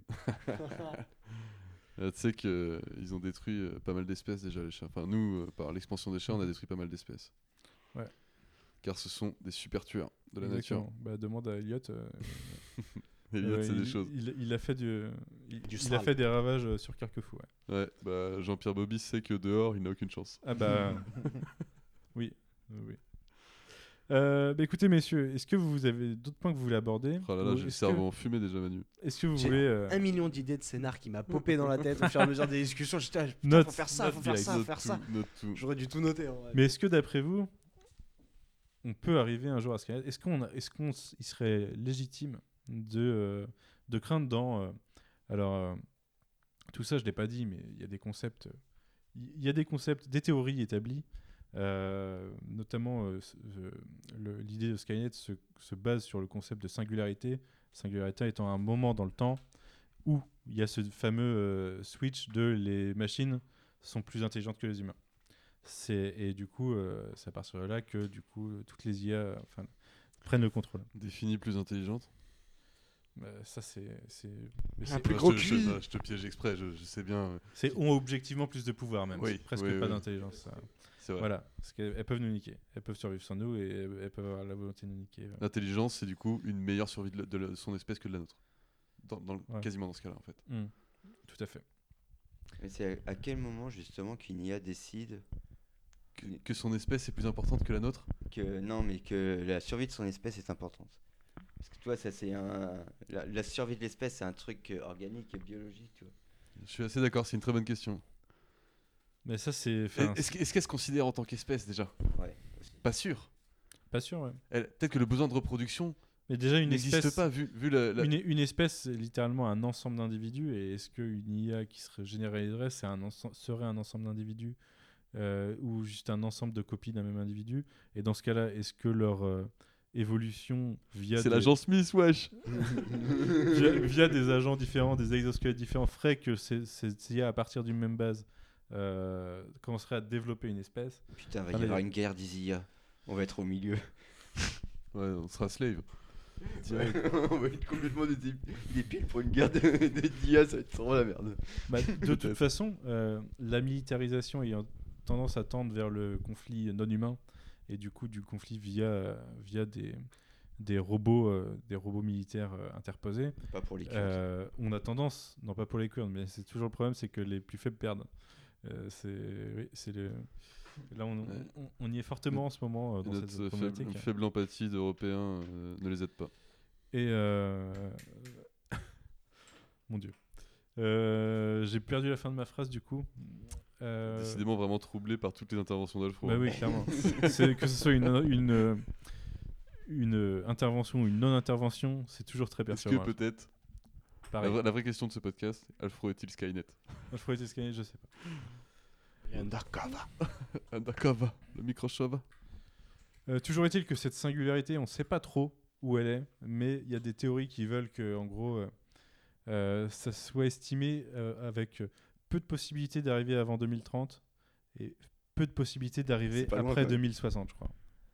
Tu sais qu'ils ont détruit pas mal d'espèces déjà, les chats. Enfin, nous, par l'expansion des chats, on a détruit pas mal d'espèces. Ouais. Car ce sont des super tueurs de la nature. Exactement. Demande à Elliot. Elliot, c'est des choses. Il a fait il a sale. fait des ravages sur Carquefou. Ouais. Ouais, bah Jean-Pierre Bobby sait que dehors, il n'a aucune chance. Ah bah oui, oui. Écoutez messieurs, est-ce que vous avez d'autres points que vous voulez aborder? Oh là là, Ou j'ai le est-ce cerveau en fumée déjà, Manu. Est-ce que vous J'ai voulez 1 million d'idées de scénar qui m'a popé dans la tête au fur et à mesure des discussions. J'étais là, putain, Note, faut faire ça, note faut faire direct. ça, faire ça. Note tout. J'aurais dû tout noter en vrai. Mais est-ce que d'après vous, on peut arriver un jour à Skynet? Il serait légitime de craindre tout ça je l'ai pas dit, mais il y a des concepts, des théories établies, notamment l'idée de Skynet se base sur le concept de singularité étant un moment dans le temps où il y a ce fameux switch de les machines sont plus intelligentes que les humains. Et du coup, c'est à partir de là que du coup, toutes les IA prennent le contrôle. Définie plus intelligente. Ça, Un c'est plus Ouais, gros je te- QI. je te piège exprès, je sais bien. ont objectivement plus de pouvoir même. Oui, C'est presque oui, pas oui. d'intelligence. Ça. C'est vrai. Voilà, parce qu'elles peuvent nous niquer. Elles peuvent survivre sans nous et elles peuvent avoir la volonté de nous niquer. L'intelligence, c'est du coup une meilleure survie de son espèce que de la nôtre. Ouais. Quasiment dans ce cas-là, en fait. Tout à fait. Mais c'est à quel moment justement qu'une IA décide Que son espèce est plus importante que la nôtre. que la survie de son espèce est importante? Parce que tu vois, ça c'est la survie de l'espèce, c'est un truc organique et biologique, tu vois. Je suis assez d'accord, c'est une très bonne question. Mais ça, c'est Est-ce qu'elle se considère en tant qu'espèce déjà? Ouais. Aussi. Pas sûr. pas sûr. Ouais. Peut-être que le besoin de reproduction Mais déjà, une n'existe espèce, pas vu la... Une espèce, c'est littéralement un ensemble d'individus. Et est-ce qu'une IA qui se généraliserait, serait un ensemble d'individus ou juste un ensemble de copies d'un même individu? Et dans ce cas-là, est-ce que leur évolution C'est l'agent Smith, wesh. via des agents différents, des exosquelettes différents, ferait que ces IA, à partir d'une même base, commenceraient à développer une espèce? Putain, va Ah, y mais- avoir une guerre des IA. On va être au milieu. Ouais, on sera slave. On va être complètement débiles pour une guerre d'IA, ça va être trop la merde. De toute façon, la militarisation ayant tendance à tendre vers le conflit non humain et du coup du conflit via des robots militaires interposés, Pas pour les Kurdes. on a tendance, non pas pour les Kurdes, mais c'est toujours le problème, c'est que les plus faibles perdent. Là, on y est fortement en ce moment dans Notre cette problématique. faible empathie d'Européens ne les aide pas. Et mon Dieu, j'ai perdu la fin de ma phrase du coup. Décidément vraiment troublé par toutes les interventions d'Alfro. Bah oui, clairement. C'est que ce soit une intervention ou une non-intervention, c'est toujours très Est-ce que perturbant. peut-être, Pareil. la vraie question de ce podcast, Alfro est-il Skynet? Je pourrais être Skynet, je sais pas. Undercover. Undercover, le micro-chauve. Toujours est-il que cette singularité, on sait pas trop où elle est, mais il y a des théories qui veulent que, en gros, ça soit estimé avec peu de possibilités d'arriver avant 2030 et peu de possibilités d'arriver C'est pas loin, après quand même. 2060, je crois.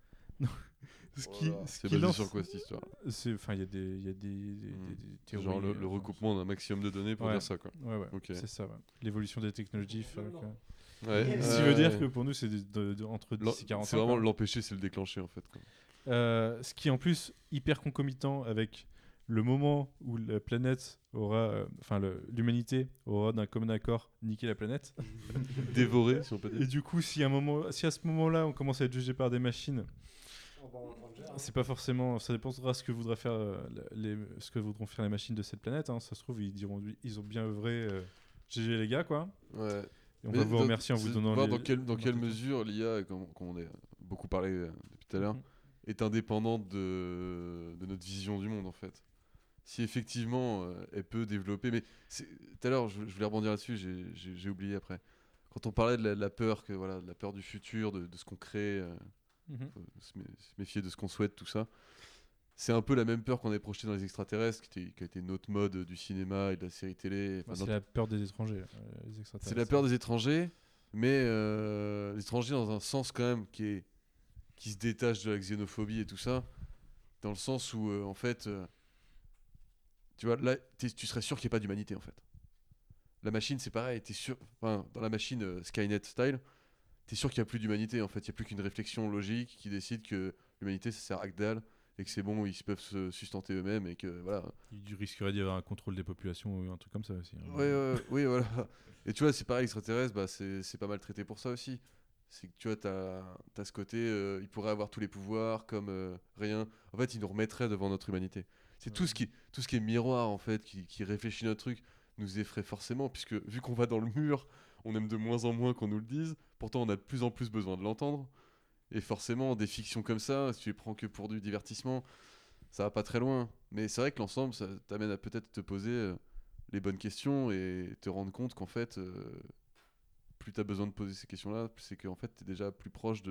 Ce qui, Voilà. ce C'est qui basé lance- sur quoi cette histoire? Enfin, il y a des théories. Genre le recoupement d'un maximum de données pour Ouais. dire ça, quoi. Ouais, Ok. c'est ça. Ouais. L'évolution des technologies. Ouais. Ce qui veut dire que pour nous, c'est entre 10 et 40 ans. C'est vraiment quoi. l'empêcher, c'est le déclencher en fait, quoi. Ce qui est en plus hyper concomitant avec le moment où la planète aura, l'humanité aura d'un commun accord niqué la planète. Dévorer, si on peut Et dire. du coup, si à ce moment-là, on commence à être jugé par des machines, c'est pas forcément. Ça dépendra ce que voudra faire ce que voudront faire les machines de cette planète. Hein. Ça se trouve, ils ont bien œuvré. GG les gars, quoi. Ouais. Et on va vous remercier en vous donnant voir les. dans quelle mesure l'IA, comme on a beaucoup parlé depuis tout à l'heure, Mhm. est indépendante de notre vision du monde en fait. Si effectivement elle peut développer, mais tout à l'heure je voulais rebondir là-dessus, j'ai oublié après. Quand on parlait de la peur, de la peur du futur, de ce qu'on crée, Mhm. se méfier de ce qu'on souhaite, tout ça. C'est un peu la même peur qu'on avait projetée dans les extraterrestres, qui a été notre mode du cinéma et de la série télé. Enfin, C'est la peur des étrangers, les extraterrestres. c'est la peur des étrangers, mais les étrangers dans un sens quand même qui se détache de la xénophobie et tout ça, dans le sens où en fait, tu vois, là, tu serais sûr qu'il n'y ait pas d'humanité en fait. La machine, c'est pareil, t'es sûr, enfin, dans la machine Skynet style, t'es sûr qu'il n'y a plus d'humanité en fait, il n'y a plus qu'une réflexion logique qui décide que l'humanité ça sert à que dalle et que c'est bon, ils peuvent se sustenter eux-mêmes et que voilà. Il risquerait d'y avoir un contrôle des populations ou un truc comme ça aussi. Hein. Oui, voilà. Et tu vois, c'est pareil, extraterrestre, bah, c'est pas mal traité pour ça aussi. C'est que tu vois, t'as ce côté, il pourrait avoir tous les pouvoirs comme rien. En fait, il nous remettrait devant notre humanité. C'est tout ce qui est miroir, en fait, qui réfléchit notre truc, nous effraie forcément, puisque vu qu'on va dans le mur, on aime de moins en moins qu'on nous le dise. Pourtant, on a de plus en plus besoin de l'entendre. Et forcément, des fictions comme ça, si tu les prends que pour du divertissement, ça va pas très loin. Mais c'est vrai que l'ensemble, ça t'amène à peut-être te poser les bonnes questions et te rendre compte qu'en fait, plus tu as besoin de poser ces questions-là, c'est qu'en fait, tu es déjà plus proche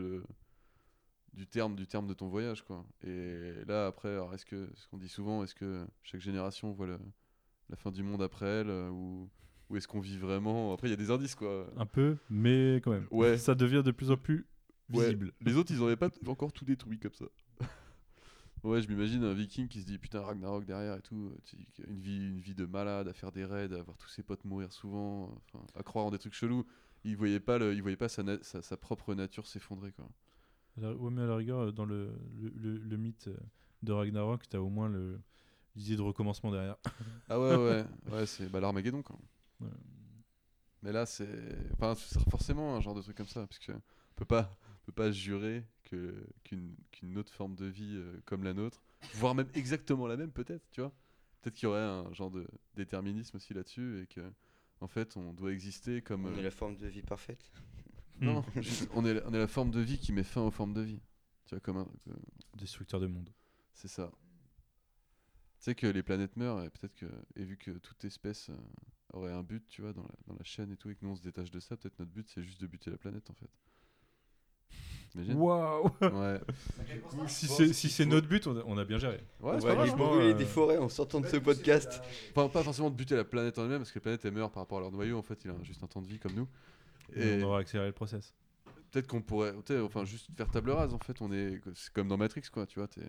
du terme de ton voyage, quoi. Et là, après, alors ce qu'on dit souvent, est-ce que chaque génération voit la fin du monde après elle, ou est-ce qu'on vit vraiment. Après, il y a des indices, quoi. Un peu, mais quand même. Ouais. Ça devient de plus en plus Ouais. visible. Les autres, ils n'avaient pas encore tout détruit comme ça. Ouais, je m'imagine un viking qui se dit putain, Ragnarok derrière et tout, une vie de malade, à faire des raids, à voir tous ses potes mourir souvent, enfin, à croire en des trucs chelous. Il voyait pas sa propre nature s'effondrer, quoi. Ouais, mais à la rigueur, dans le mythe de Ragnarok, t'as au moins l'idée de recommencement derrière. Ah ouais, c'est l'Armageddon, quoi. Ouais. Mais là, c'est forcément un genre de truc comme ça, parce que on peut pas jurer qu'une autre forme de vie comme la nôtre, voire même exactement la même, peut-être, tu vois. Peut-être qu'il y aurait un genre de déterminisme aussi là-dessus, et que en fait, on doit exister comme. On est la forme de vie parfaite. Non, juste, on est la forme de vie qui met fin aux formes de vie. Tu vois, Destructeur de monde. c'est ça. Tu sais que les planètes meurent, et vu que toute espèce aurait un but, tu vois, dans la chaîne et tout, et que nous on se détache de ça, peut-être notre but c'est juste de buter la planète en fait. T'imagines ? Waouh. Ouais. Si c'est notre but, on a bien géré. Ouais, On c'est va pas aller mal. brûler des forêts en sortant de ce podcast. Enfin, pas forcément de buter la planète en elle-même, parce que la planète elle meurt par rapport à leur noyau, en fait, il a juste un temps de vie comme nous. Et on aura accéléré le process. Peut-être qu'on pourrait, enfin, juste faire table rase en fait, c'est comme dans Matrix, quoi, tu vois,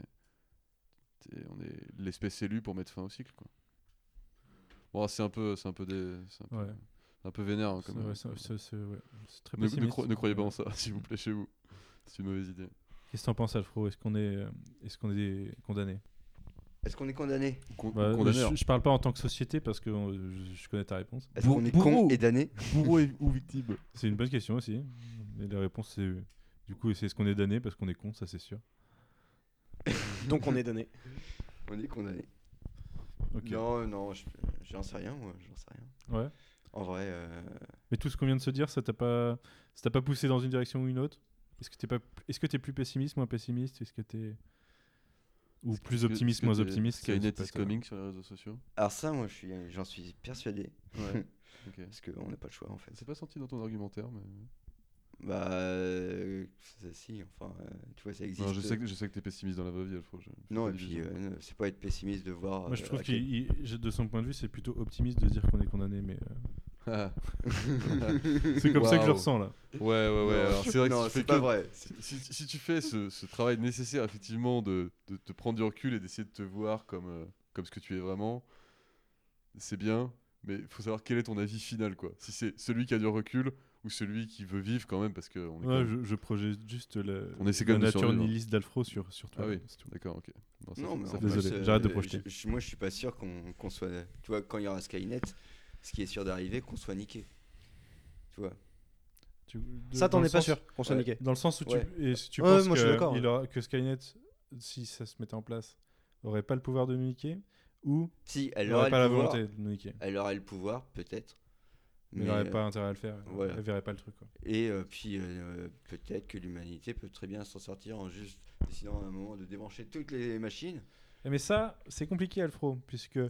on est l'espèce élue pour mettre fin au cycle, quoi. Bon, c'est un peu Ouais. un peu vénère, hein, comme. Ouais, c'est très Ne pessimiste. croyez pas en ça, s'il vous plaît, chez vous. C'est une mauvaise idée. Qu'est-ce que t'en penses, Alfro ? Est-ce qu'on est condamné ? Est-ce qu'on est condamné ? Condamneur. Je parle pas en tant que société parce que je connais ta réponse. Est-ce qu'on est Bourreau. con et damné ? Bourreau ou victime. C'est une bonne question aussi. Et la réponse, c'est du coup, c'est est-ce qu'on est damné parce qu'on est con, ça c'est sûr. Donc on est donné. On est condamné. Ok. Non, j'en sais rien, moi, j'en sais rien. Ouais. En vrai, Mais tout ce qu'on vient de se dire, ça t'a pas poussé dans une direction ou une autre ? Est-ce que t'es plus pessimiste, moins pessimiste ? Est-ce que t'es ou plus optimiste, moins optimiste ? Skynet c'est is pas coming sur les réseaux sociaux. alors ça, moi, j'en suis persuadé. Ouais. Ok. Parce qu'on n'a pas le choix, en fait. C'est pas sorti dans ton argumentaire, mais. Bah, si, enfin, tu vois, ça existe. Non, je sais que t'es pessimiste dans la vraie vie, Alfred. Non, et puis, c'est pas être pessimiste de voir. Moi, je trouve à que quel- de son point de vue, c'est plutôt optimiste de dire qu'on est condamné, mais Ah. c'est comme ça que je le Waouh. ressens là. Ouais. Alors, c'est vrai que non, si tu fais c'est pas que- vrai. si tu fais ce travail nécessaire, effectivement, de te prendre du recul et d'essayer de te voir comme ce que tu es vraiment, c'est bien, mais il faut savoir quel est ton avis final, quoi. Si c'est celui qui a du recul ou celui qui veut vivre quand même, parce qu'on est quand Ouais, même- je projette juste On essaie quand la même de nature survivre. nihiliste d'Alfro sur toi. Ah oui, c'est tout. d'accord, ok. Non, Non, mais ça en fait- Désolé, plus, j'arrête de projeter. Moi, je suis pas sûr qu'on soit. Tu vois, quand il y aura Skynet, ce qui est sûr d'arriver, qu'on soit niqué. Tu vois. Ça, Dans t'en le es pas sens- sûr qu'on soit ouais. niqué. Dans le sens où Ouais. si tu Ouais, penses moi, je suis d'accord, que Skynet, si ça se mettait en place, aurait pas le pouvoir de nous niquer, ou Si, elle n'aurait aurait pas la le pouvoir. volonté de nous niquer. Elle aurait le pouvoir, peut-être. Mais il n'aurait pas intérêt à le faire. voilà. Elle verrait pas le truc. Quoi. Et puis, peut-être que l'humanité peut très bien s'en sortir en juste décidant à un moment de débrancher toutes les machines. Mais ça, c'est compliqué, Alfro, puisque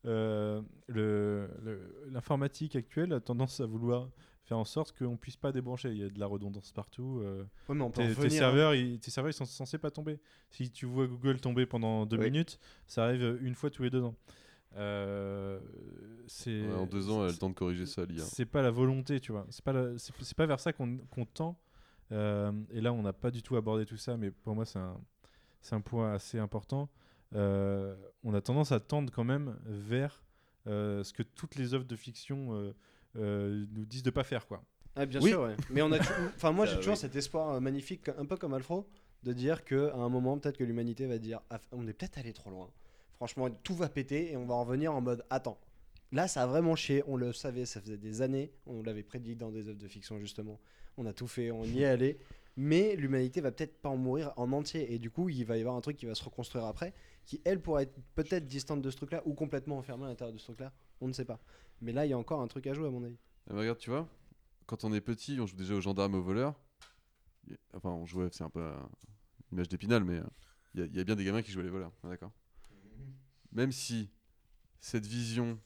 l'informatique actuelle a tendance à vouloir faire en sorte qu'on puisse pas débrancher. Il y a de la redondance partout. Ouais, mais on peut en Tes revenir, serveurs, tes serveurs, ils sont censés pas tomber. Si tu vois Google tomber pendant 2 Oui. minutes, ça arrive une fois tous les 2 ans. C'est Ouais, en 2 ans, elle a le temps de corriger ça, l'IA. c'est pas la volonté, tu vois. C'est pas vers ça qu'on tend. Et là, on n'a pas du tout abordé tout ça, mais pour moi, c'est un point assez important. On a tendance à tendre quand même vers ce que toutes les œuvres de fiction nous disent de pas faire, quoi. Ah, bien Oui. sûr, ouais. Mais on a enfin moi Ça, j'ai toujours oui. cet espoir magnifique, un peu comme Alfro, de dire que à un moment peut-être que l'humanité va dire ah, on est peut-être allé trop loin. Franchement, tout va péter et on va en revenir en mode attends. Là, ça a vraiment chié, on le savait, ça faisait des années, on l'avait prédit dans des œuvres de fiction justement. On a tout fait, on y est allé, mais l'humanité va peut-être pas en mourir en entier et du coup, il va y avoir un truc qui va se reconstruire après qui elle pourrait être peut-être distante de ce truc-là ou complètement enfermée à l'intérieur de ce truc-là, on ne sait pas. Mais là, il y a encore un truc à jouer à mon avis. Ah, mais regarde, tu vois, quand on est petit, on joue déjà aux gendarmes et aux voleurs. Enfin, on jouait, c'est un peu une image d'épinal, mais il y a bien des gamins qui jouaient les voleurs, hein, d'accord. Même si cette vision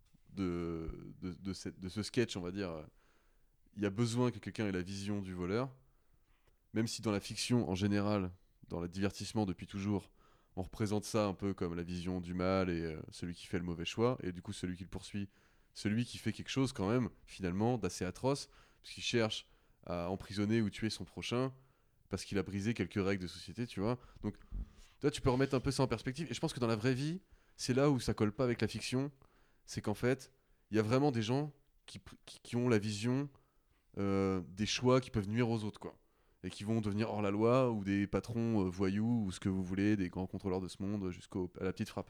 de ce sketch, on va dire, il y a besoin que quelqu'un ait la vision du voleur, même si dans la fiction, en général, dans le divertissement depuis toujours, on représente ça un peu comme la vision du mal et celui qui fait le mauvais choix, et du coup celui qui le poursuit, celui qui fait quelque chose quand même, finalement, d'assez atroce, parce qu'il cherche à emprisonner ou tuer son prochain, parce qu'il a brisé quelques règles de société, tu vois. Donc, toi, tu peux remettre un peu ça en perspective, et je pense que dans la vraie vie, c'est là où ça colle pas avec la fiction, c'est qu'en fait, il y a vraiment des gens qui ont la vision des choix qui peuvent nuire aux autres, quoi. Et qui vont devenir hors la loi, ou des patrons voyous, ou ce que vous voulez, des grands contrôleurs de ce monde, jusqu'à la petite frappe.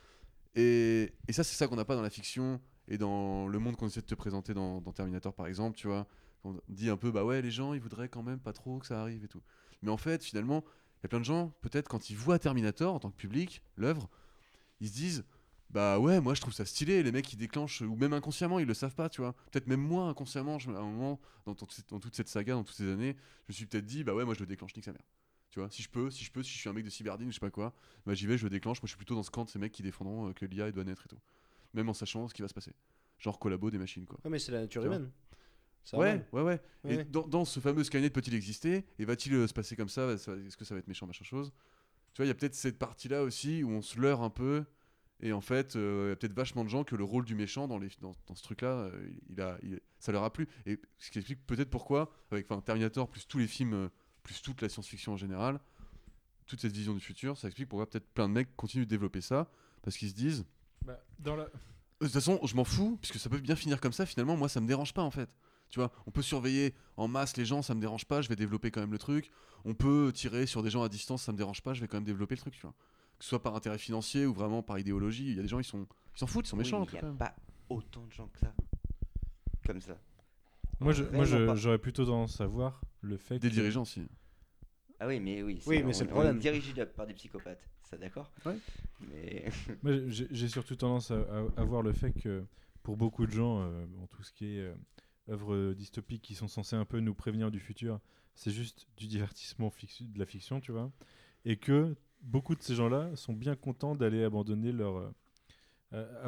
Et ça, c'est ça qu'on n'a pas dans la fiction, et dans le monde qu'on essaie de te présenter dans Terminator, par exemple, tu vois. On dit un peu, bah ouais, les gens, ils voudraient quand même pas trop que ça arrive et tout. Mais en fait, finalement, il y a plein de gens, peut-être, quand ils voient Terminator, en tant que public, l'œuvre, ils se disent, bah ouais, moi je trouve ça stylé, les mecs qui déclenchent, ou même inconsciemment, ils le savent pas, tu vois. Peut-être même moi, inconsciemment, à un moment, dans toute cette saga, dans toutes ces années, je me suis peut-être dit, bah ouais, moi je le déclenche, nique sa mère. Tu vois, si je suis un mec de cyberdine ou je sais pas quoi, bah j'y vais, je le déclenche, moi je suis plutôt dans ce camp de ces mecs qui défendront que l'IA doit naître et tout. Même en sachant ce qui va se passer. Genre collabo des machines, quoi. Ouais, mais c'est la nature Tu vois. humaine. C'est Ouais, normal. ouais. Ouais. Et dans ce fameux Skynet, peut-il exister? Et va-t-il se passer comme ça? Est-ce que ça va être méchant, machin chose? Tu vois, il y a peut-être cette partie-là aussi où on se leurre un peu. Et en fait, il y a peut-être vachement de gens que le rôle du méchant dans ce truc-là, ça leur a plu. Et ce qui explique peut-être pourquoi, avec Terminator, plus tous les films, plus toute la science-fiction en général, toute cette vision du futur, ça explique pourquoi peut-être plein de mecs continuent de développer ça. Parce qu'ils se disent, Dans la... de toute façon, je m'en fous, puisque ça peut bien finir comme ça, finalement, moi ça me dérange pas en fait. Tu vois, on peut surveiller en masse les gens, ça me dérange pas, je vais développer quand même le truc. On peut tirer sur des gens à distance, ça me dérange pas, je vais quand même développer le truc, tu vois. Que ce soit par intérêt financier ou vraiment par idéologie, il y a des gens, ils s'en foutent, ils sont méchants. Il n'y a pas autant de gens que ça. Comme ça. Vraiment pas. J'aurais plutôt tendance à voir le fait Des que... dirigeants aussi. Ah oui, mais oui. Oui, mais c'est le on problème. est dirigé par des psychopathes. Ça, d'accord? Ouais. Mais. Moi, j'ai surtout tendance à voir le fait que pour beaucoup de gens, bon, tout ce qui est œuvres dystopiques qui sont censées un peu nous prévenir du futur, c'est juste du divertissement de la fiction, tu vois. Et que beaucoup de ces gens-là sont bien contents d'aller abandonner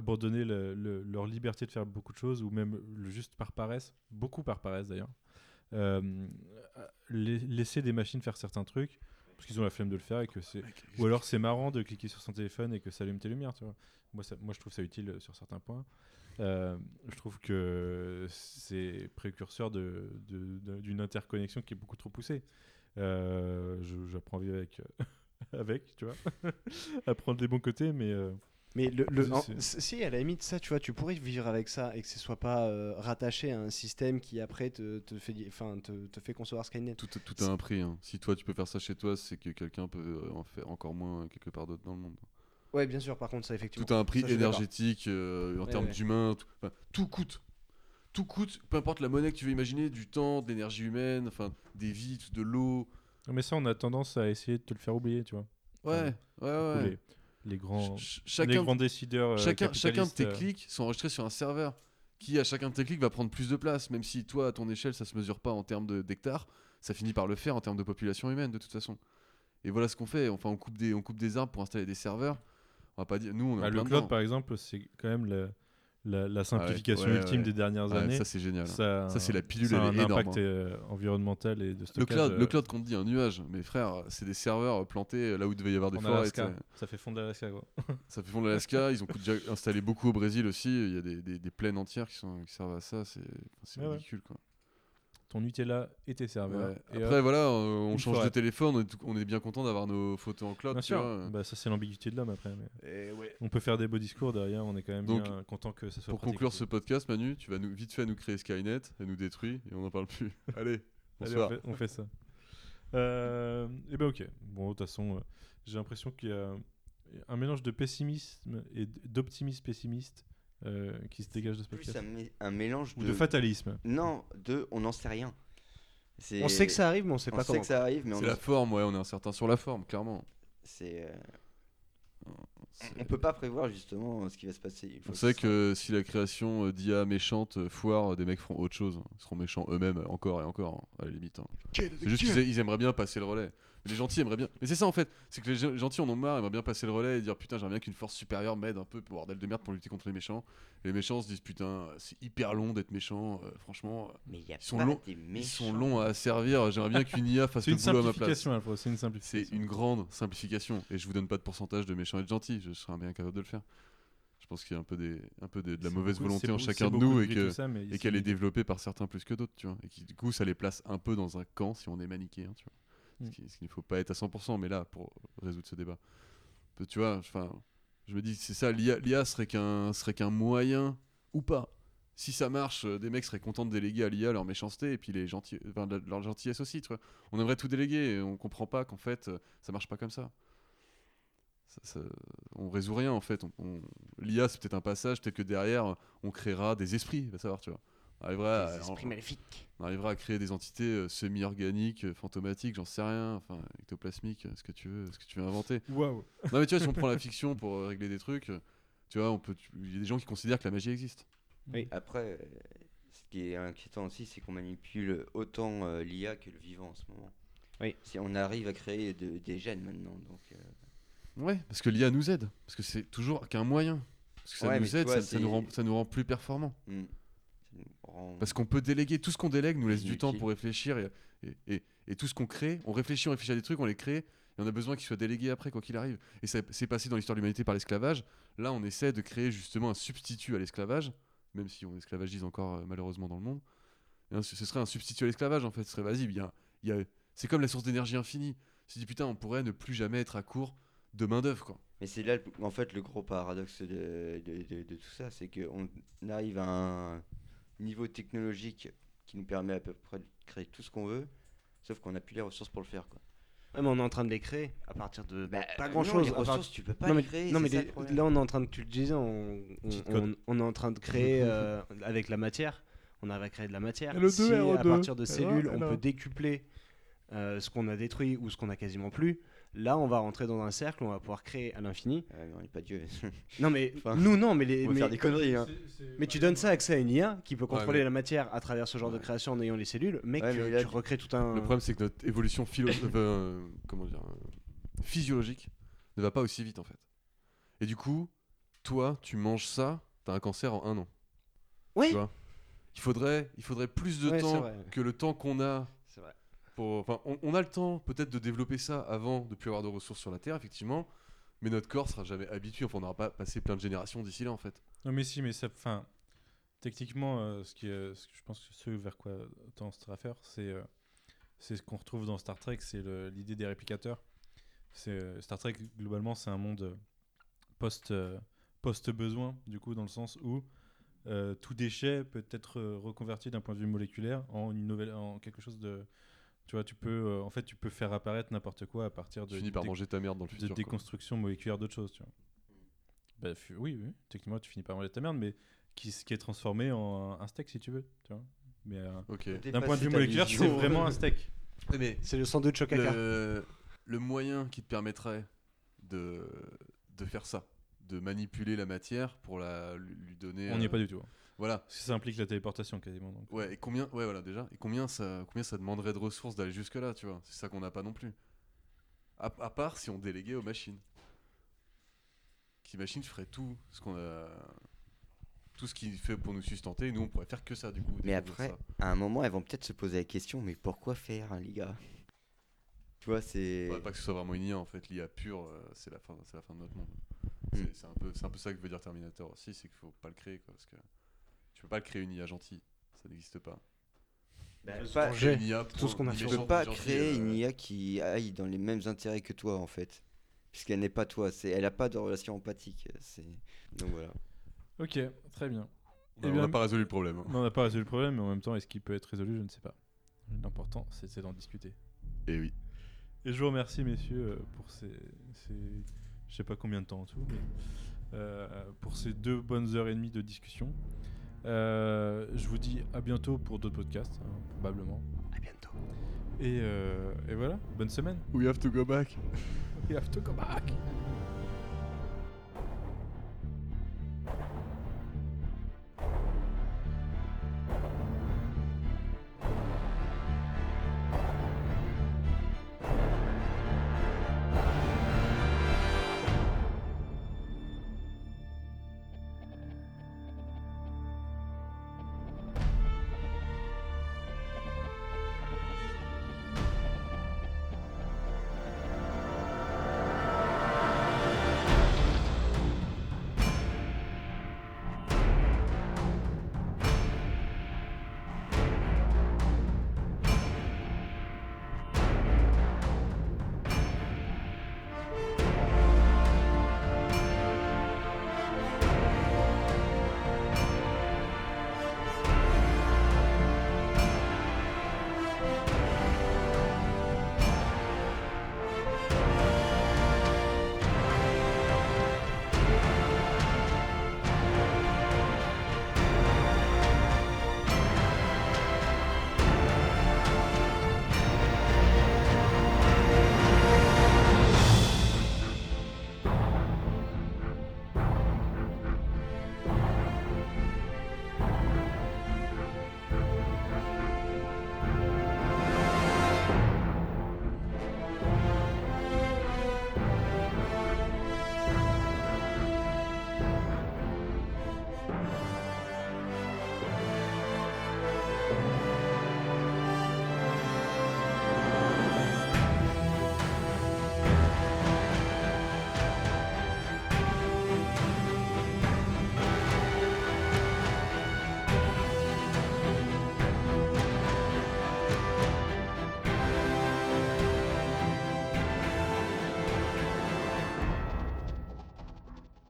leur liberté de faire beaucoup de choses, ou même juste par paresse, beaucoup par paresse d'ailleurs, laisser des machines faire certains trucs parce qu'ils ont la flemme de le faire et que c'est ou alors c'est marrant de cliquer sur son téléphone et que ça allume tes lumières, tu vois. Moi je trouve ça utile sur certains points. Je trouve que c'est précurseur d'une interconnexion qui est beaucoup trop poussée. J'apprends à vivre avec, tu vois, à prendre les bons côtés, mais Mais si, à la limite, ça, tu vois, tu pourrais vivre avec ça et que ce soit pas rattaché à un système qui après te fait concevoir Skynet. Tout a un prix. Hein. Si toi tu peux faire ça chez toi, c'est que quelqu'un peut en faire encore moins quelque part d'autre dans le monde. Ouais, bien sûr, par contre, ça, effectivement. Tout a un prix Ça, je suis d'accord. énergétique, en termes d'humain. Tout coûte. Tout coûte, peu importe la monnaie que tu veux imaginer, du temps, de l'énergie humaine, enfin, des vies, de l'eau. mais ça, on a tendance à essayer de te le faire oublier, tu vois. Ouais. Les grands, Chacun, les grands décideurs. chacun de capitalistes, tes clics sont enregistrés sur un serveur qui, à chacun de tes clics, va prendre plus de place. Même si toi, à ton échelle, ça se mesure pas en termes d'hectares, ça finit par le faire en termes de population humaine, de toute façon. Et voilà ce qu'on fait. Enfin, on coupe des arbres pour installer des serveurs. On va pas dire. Nous, on est en le plein cloud, dedans. par exemple, c'est quand même la simplification ouais, ultime ouais. des dernières Ouais, années. ça, c'est génial. Ça, c'est la pilule, ça a elle un est énorme. impact environnemental et de Le stockage. cloud qu'on te dit, un nuage. Mais frère, c'est des serveurs plantés là où il devait y avoir des en forêts. Alaska. Ça fait fondre l'Alaska, quoi. Ça fait fondre l'Alaska. Ils ont déjà installé beaucoup au Brésil aussi. Il y a des plaines entières qui servent à ça. C'est Ouais, ridicule, quoi. Ton Nutella et tes serveurs. Ouais. Et Après, hop, voilà, on une change forêt. de téléphone. On est bien content d'avoir nos photos en cloud. bien tu sûr. vois. Bah, ça, c'est l'ambiguïté de l'homme après. Mais Et ouais. on peut faire des beaux discours derrière. On est quand même Donc, bien content que ça soit Pour pratique. conclure ce podcast, Manu, tu vas vite fait nous créer Skynet et nous détruire et on n'en parle plus. Allez, Allez, bonsoir. on fait ça. Et ben ok. Bon, de toute façon, j'ai l'impression qu'il y a un mélange de pessimisme et d'optimisme pessimiste qui se dégage de ce Plus podcast. un mélange Ou de fatalisme. Non, on n'en sait rien. On sait que ça arrive, mais on sait On pas sait comment. que ça arrive, mais C'est la forme, ouais, on est incertain sur la forme, clairement. c'est on peut pas prévoir justement ce qui va se passer. Une fois On que sait ce que si la création d'IA méchante foire, des mecs feront autre chose. Ils seront méchants eux-mêmes encore et encore, hein, à la limite. Hein. C'est juste qu'ils aimera bien passer le relais. Mais les gentils aimeraient bien. Mais c'est ça en fait, c'est que les gentils en ont marre, aimeraient bien passer le relais et dire putain, j'aimerais bien qu'une force supérieure m'aide un peu, bordel de merde, pour lutter contre les méchants. Et les méchants se disent putain, c'est hyper long d'être méchant, franchement. Mais il y a Ils sont pas longs- des Ils méchants. sont longs à servir, j'aimerais bien qu'une IA fasse C'est le une boulot à ma place. simplification, Alfred. C'est une simplification. C'est une grande simplification. Et je vous donne pas de pourcentage de méchants et de gentils, je serais bien capable de le faire. Je pense qu'il y a un peu de la mauvaise volonté en chacun de nous et qu'elle est développée par certains plus que d'autres, tu vois. Et qui, du coup, ça les place un peu dans un camp si on est manichéen, tu vois. Ce qu'il ne faut pas être à 100%, mais là, pour résoudre ce débat. Tu vois, je me dis, c'est ça, l'IA serait qu'un moyen ou pas. Si ça marche, des mecs seraient contents de déléguer à l'IA leur méchanceté et puis les gentils, leur gentillesse aussi, tu vois. On aimerait tout déléguer et on comprend pas qu'en fait, ça marche pas comme ça. On résout rien en fait. L'IA c'est peut-être un passage, peut-être que derrière on créera des esprits, va savoir, tu vois. On arrivera à créer des entités semi-organiques, fantomatiques, j'en sais rien, enfin ectoplasmiques, ce que tu veux inventer. Waouh. Non mais tu vois, si on prend la fiction pour régler des trucs, tu vois, il y a des gens qui considèrent que la magie existe. Oui. Après, ce qui est inquiétant aussi, c'est qu'on manipule autant l'IA que le vivant en ce moment. Oui. Si on arrive à créer des gènes maintenant, donc. Ouais, parce que l'IA nous aide, parce que c'est toujours qu'un moyen. Parce que ça Ouais, mais nous tu aide, vois, ça nous rend plus performants. Ça nous rend Parce qu'on peut déléguer, tout ce qu'on délègue nous laisse du temps inutile. pour réfléchir et tout ce qu'on crée, on réfléchit à des trucs, on les crée et on a besoin qu'ils soient délégués après quoi qu'il arrive. Et ça c'est passé dans l'histoire de l'humanité par l'esclavage. Là on essaie de créer justement un substitut à l'esclavage, même si on esclavagise encore malheureusement dans le monde. Ce serait un substitut à l'esclavage en fait, ce serait vas-y, c'est comme la source d'énergie infinie. Tu dis putain on pourrait ne plus jamais être à court de main d'œuvre quoi. Mais c'est là, en fait, le gros paradoxe de tout ça, c'est qu'on arrive à un niveau technologique qui nous permet à peu près de créer tout ce qu'on veut, sauf qu'on n'a plus les ressources pour le faire, quoi. Ouais, mais on est en train de les créer à partir de Bah, pas non, grand chose. les ressources, tu peux pas les créer, non, mais c'est ça le problème. là on est en train de, tu le disais, on est en train de créer avec la matière. On arrive à créer de la matière. L2, Si R2, à partir de L1, cellules on L1. peut décupler ce qu'on a détruit ou ce qu'on a quasiment plus, là on va rentrer dans un cercle où on va pouvoir créer à l'infini. Mais on n'est pas Dieu. Non mais Enfin, nous non, mais on va faire des conneries, hein. mais tu donnes ça accès à une IA qui peut contrôler mais- la matière à travers ce genre de création en ayant les cellules, mec, Ouais, tu, mais là, tu recrées tout un. Le problème c'est que notre évolution physiologique ne va pas aussi vite en fait. Et du coup, toi tu manges ça, t'as un cancer en 1 an. Ouais. Tu vois. il faudrait plus de Ouais, c'est temps vrai. que le temps qu'on a. C'est vrai. Enfin, on a le temps peut-être de développer ça avant de plus avoir de ressources sur la Terre, effectivement, mais notre corps sera jamais habitué. Enfin, on n'aura pas passé plein de générations d'ici là, en fait. Non, mais si, mais ça. Enfin, techniquement, ce que je pense que ce vers quoi tend cette affaire, c'est ce qu'on retrouve dans Star Trek, c'est l'idée des réplicateurs. Star Trek, globalement, c'est un monde post-besoin, du coup, dans le sens où tout déchet peut être reconverti d'un point de vue moléculaire en quelque chose de. Tu vois, tu peux, en fait, tu peux faire apparaître n'importe quoi à partir Tu de finis par manger ta merde dans le de futur. quoi. déconstruction moléculaire d'autres choses, tu vois. Bah, oui, techniquement, tu finis par manger ta merde, mais qui est transformé en un steak, si tu veux, tu vois. Mais Ok. d'un point de vue ta moléculaire, c'est vision. vraiment un steak. Mais C'est le sandwich au caca. le moyen qui te permettrait de faire ça, de manipuler la matière pour lui donner. On n'y est pas du tout. Voilà. Parce que ça implique la téléportation quasiment. Donc. Ouais, et combien, ouais, voilà, déjà. Et combien ça demanderait de ressources d'aller jusque-là, tu vois. C'est ça qu'on n'a pas non plus. À part si on déléguait aux machines. Les machines feraient tout ce qu'on a. Tout ce qu'il fait pour nous sustenter, et nous on pourrait faire que ça du coup. Mais découvrir après, ça. à un moment, elles vont peut-être se poser la question, mais pourquoi faire, hein, les gars? Tu vois, c'est... Faudrait pas que ce soit vraiment une IA en fait, l'IA pure, c'est la fin de notre monde. Mm. C'est un peu ça que veut dire Terminator aussi, c'est qu'il faut pas le créer quoi, parce que tu peux pas créer une IA gentille, ça n'existe pas. pas- Danger. Une IA, Tout ce qu'on a ni fait. Tu méchante, peux pas ni gentille, créer une IA qui aille dans les mêmes intérêts que toi, en fait. Puisqu'elle n'est pas toi, elle a pas de relation empathique. Donc voilà. Ok, très bien. On n'a pas résolu le problème. hein. On n'a pas résolu le problème, mais en même temps, est-ce qu'il peut être résolu? Je ne sais pas. L'important, c'est d'en discuter. Et oui. Et je vous remercie, messieurs, pour je sais pas combien de temps en tout, mais pour ces 2 bonnes heures et demie de discussion. Je vous dis à bientôt pour d'autres podcasts, hein, probablement. À bientôt. Et voilà, bonne semaine. We have to go back. We have to go back.